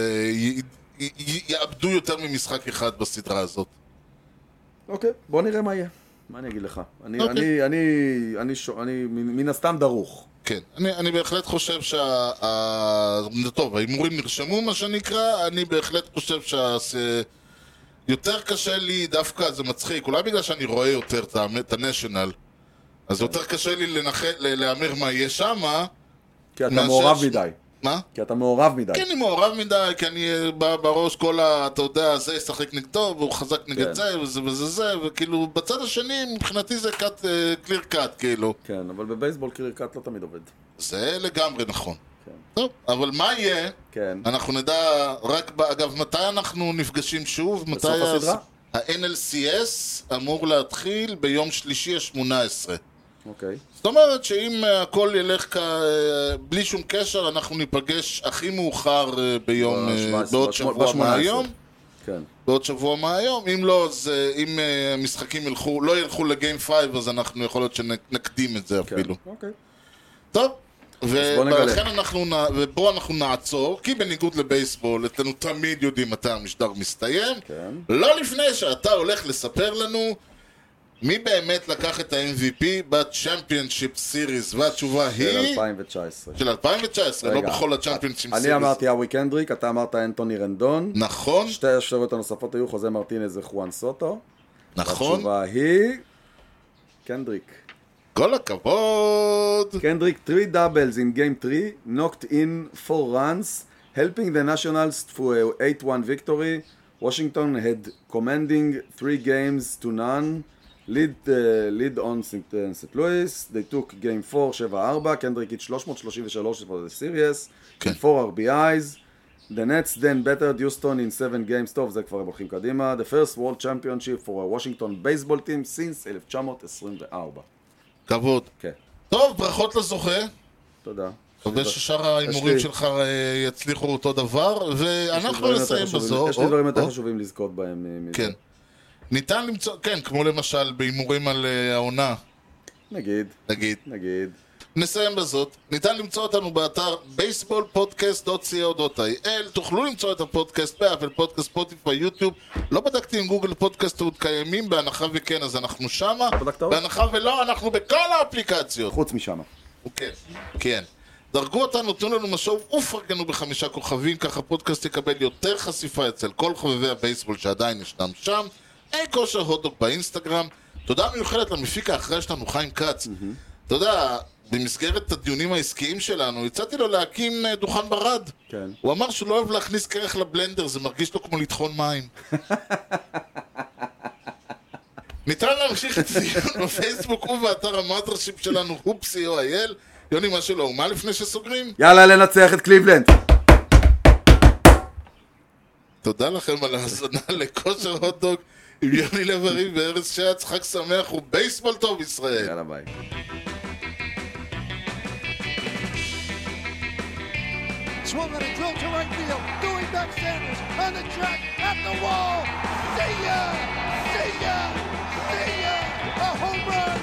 יאבדו יותר ממשחק אחד בסדרה הזאת. אוקיי, בוא נראה מה יהיה. מה אני אגיד לך? אני, אני, אני, אני, אני, מן הסתם דרוך. כן, אני, אני בהחלט חושב שה... טוב, ההימורים נרשמו מה שנקרא, אני בהחלט חושב שה... יותר קשה לי דווקא, זה מצחיק, אולי בגלל שאני רואה יותר את הנשיונל, אז יותר קשה לי להאמר מה יהיה שמה. כי אתה מעורב מדי. מה? כי אתה מעורב מדי. כן, אני מעורב מדי, כי אני בא בראש כל ה... אתה יודע, זה ישחק נגדו, והוא חזק נגד זה, וזה וזה זה, וכאילו, בצד השני, מבחינתי זה קליר קאט, כאילו. כן, אבל בבייסבול קליר קאט לא תמיד עובד. זה לגמרי נכון. טוב, אבל מה יהיה? כן. אנחנו נדע רק, אגב, מתי אנחנו נפגשים שוב? בסוף הסדרה? ה-אן אל סי אס אמור להתחיל ביום שלישי ה-שמונה עשרה. אוקיי. זאת אומרת שאם הכל ילך כ... בלי שום קשר, אנחנו ניפגש הכי מאוחר ביום, בעוד שבוע מהיום. כן. בעוד שבוע מהיום. אם לא, אז אם המשחקים ילכו, לא ילכו לגיים פייב, אז אנחנו יכול להיות שנקדים את זה אפילו. אוקיי. טוב. ולכן אנחנו, ובו אנחנו נעצור, כי בניגוד לבייסבול, אתנו תמיד יודעים מתי המשדר מסתיים. כן. לא לפני שאתה הולך לספר לנו מי באמת לקח את ה-אם וי פי בצ'מפיונשיפ סיריס, והתשובה היא... של אלפיים תשע עשרה. של אלפיים תשע עשרה, לא בכל הצ'מפיונשיפ סיריס. אני אמרתי אווי קנדריק, אתה אמרת אנטוני רנדון. נכון. שתי האפשרויות הנוספות היו חוזה מרטינז וחואן סוטו. נכון. התשובה היא... קנדריק. כל הכבוד. קנדריק, three doubles in game three, knocked in four runs, helping the Nationals to a eight one victory. Washington had commanding three games to none. Lead, uh, lead on Saint Louis. They took game four, seven four. Kendrick hit three thirty-three for the series. Okay. four R B Is. The Nets then bettered Houston in seven games. טוב, זה כבר הם הולכים קדימה. The first world championship for a Washington baseball team since אלף תשע מאות עשרים וארבע. כבוד. כן. טוב, ברכות לזוכה. תודה. מקווה ששאר ההימורים שלך יצליחו אותו דבר, ואנחנו נסיים בזו. יש לי דברים יותר חשובים לזכות בהם. כן. ניתן למצוא, כן, כמו למשל בהימורים על העונה. נגיד. נגיד. נגיד. נסיים בזאת. ניתן למצוא אותנו באתר בייסבול פודקאסט דוט סי או דוט איי אל. תוכלו למצוא את הפודקאסט באפל פודקאסט, ספוטיפיי, יוטיוב. לא בדקתי עם גוגל פודקאסט עוד קיימים, בהנחה וכן, אז אנחנו שמה. בהנחה ולא, אנחנו בכל האפליקציות. חוץ משמה. כן, כן. דרגו אותנו, תנו לנו משוב ופרגנו בחמישה כוכבים, ככה פודקאסט יקבל יותר חשיפה אצל כל חובבי הבייסבול שעדיין ישנם שם. אי כושר הוטדוג באינסטגרם. תודה מיוחדת למפיק האחראי שלנו, חיים כץ. אתה יודע, במסגרת הדיונים העסקיים שלנו, הצעתי לו להקים דוכן ברד. כן. הוא אמר שהוא לא אוהב להכניס קרח לבלנדר, זה מרגיש לו כמו לטחון מים. ניתן להמשיך את הדיון בפייסבוק ובאתר המאדרשיפ שלנו, הופסי או אייל. יוני, מה שלא, מה לפני שסוגרים? יאללה, לנצח את קליבלנד. תודה לכם על ההזנה לכושר הוטדוג עם יוני לב-ארי וארז שץ. חג שמח ובייסבול טוב ישראל. יאללה, ביי. Swung on a drill to right field. Doing back Sanders on the track at the wall. See ya! See ya! See ya! A home run!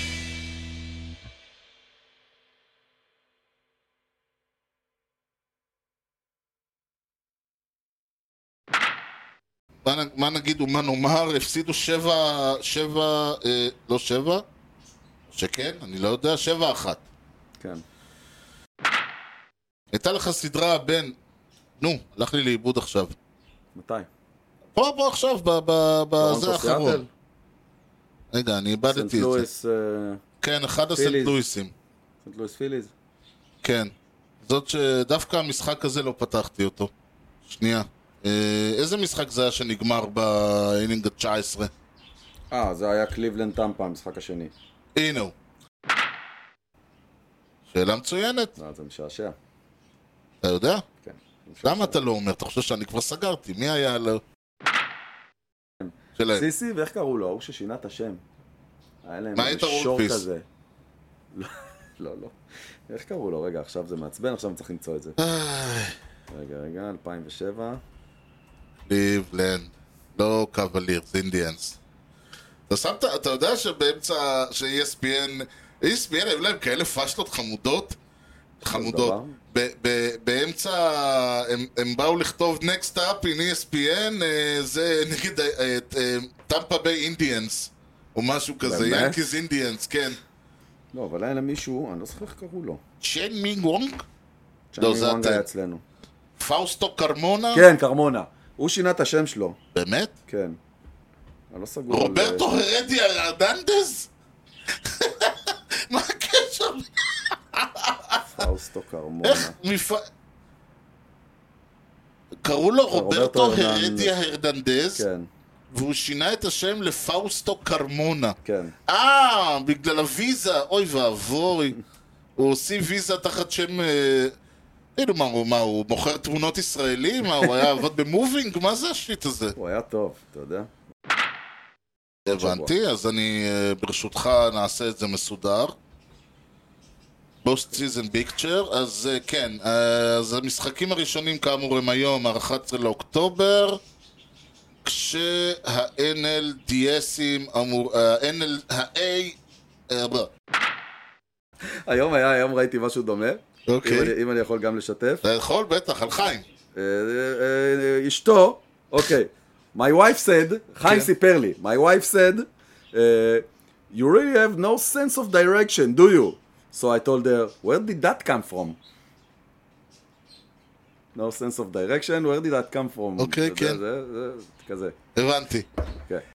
מה נגיד ומה נאמר? הפסידו שבע, שבע, אה, לא שבע? שכן? אני לא יודע, שבע אחת. כן. הייתה לך סדרה בין... נו, הלך לי לאיבוד עכשיו. מתי? פה, פה עכשיו, בזה האחרון. רגע, אני איבדתי את זה. סנט לואיס... כן, אחד הסנט לואיסים. סנט לואיס פיליז? כן. זאת שדווקא המשחק הזה לא פתחתי אותו. שנייה. איזה משחק זה היה שנגמר באינינג ה-תשע עשרה? אה, זה היה קליבלנד טמפה, המשחק השני. הנה הוא. שאלה מצוינת. לא, זה משעשע. אתה יודע? כן. למה אתה לא אומר? אתה חושב שאני כבר סגרתי. מי היה לו? שלהם. סיסי, ואיך קראו לו? הוא ששינה את השם. היה להם מה היית רולפיס? כזה. לא, לא, לא. איך קראו לו? רגע, עכשיו זה מעצבן, עכשיו אני צריך למצוא את זה. רגע, רגע, אלפיים ושבע. קליבלנד. לא קוולירס, אינדיאנס. אתה שמת, אתה יודע שבאמצע ש-אי אס פי אן, אי אס פי אן היו להם כאלה פשלות חמודות, חמודות. באמצע, הם באו לכתוב Next Up in אי אס פי אן, זה נגיד טמפה ביי אינדיאנס, או משהו כזה, ינקיז אינדיאנס, כן. לא, אבל היה להם מישהו, אני לא זוכר איך קראו לו. צ'ן מינג וונג? צ'ן מינג וונג היה אצלנו. פאוסטו קרמונה? כן, קרמונה. הוא שינה את השם שלו. באמת? כן. אני לא סגור. רוברטו הרדיה הרננדז? מה הקשר? פאוסטו קרמונה. איך מפע... קראו לו רוברטו הרדיה הרננדז, כן. והוא שינה את השם לפאוסטו קרמונה. כן. אה, בגלל הוויזה, אוי ואבוי. הוא עושה ויזה תחת שם... אילו מה הוא, מה הוא מוכר תמונות ישראלים? מה הוא היה עבוד במובינג? מה זה השיט הזה? הוא היה טוב, אתה יודע. הבנתי, אז אני ברשותך נעשה את זה מסודר. פוסט סיזן פיקצ'ר, אז כן, אז המשחקים הראשונים כאמור הם היום, ה-אחד עשר לאוקטובר, כשה-אן אל די אסים אמור, ה-אן אל, ה-A... היום היה, היום ראיתי משהו דומה. אוקיי. אם אני יכול גם לשתף. אתה יכול, בטח, על חיים. אשתו, אוקיי. My wife said, חיים סיפר לי, my wife said, you really have no sense of direction, do you? So I told her, where did that come from? No sense of direction, where did that come from? אוקיי, כן. זה כזה. הבנתי. כן.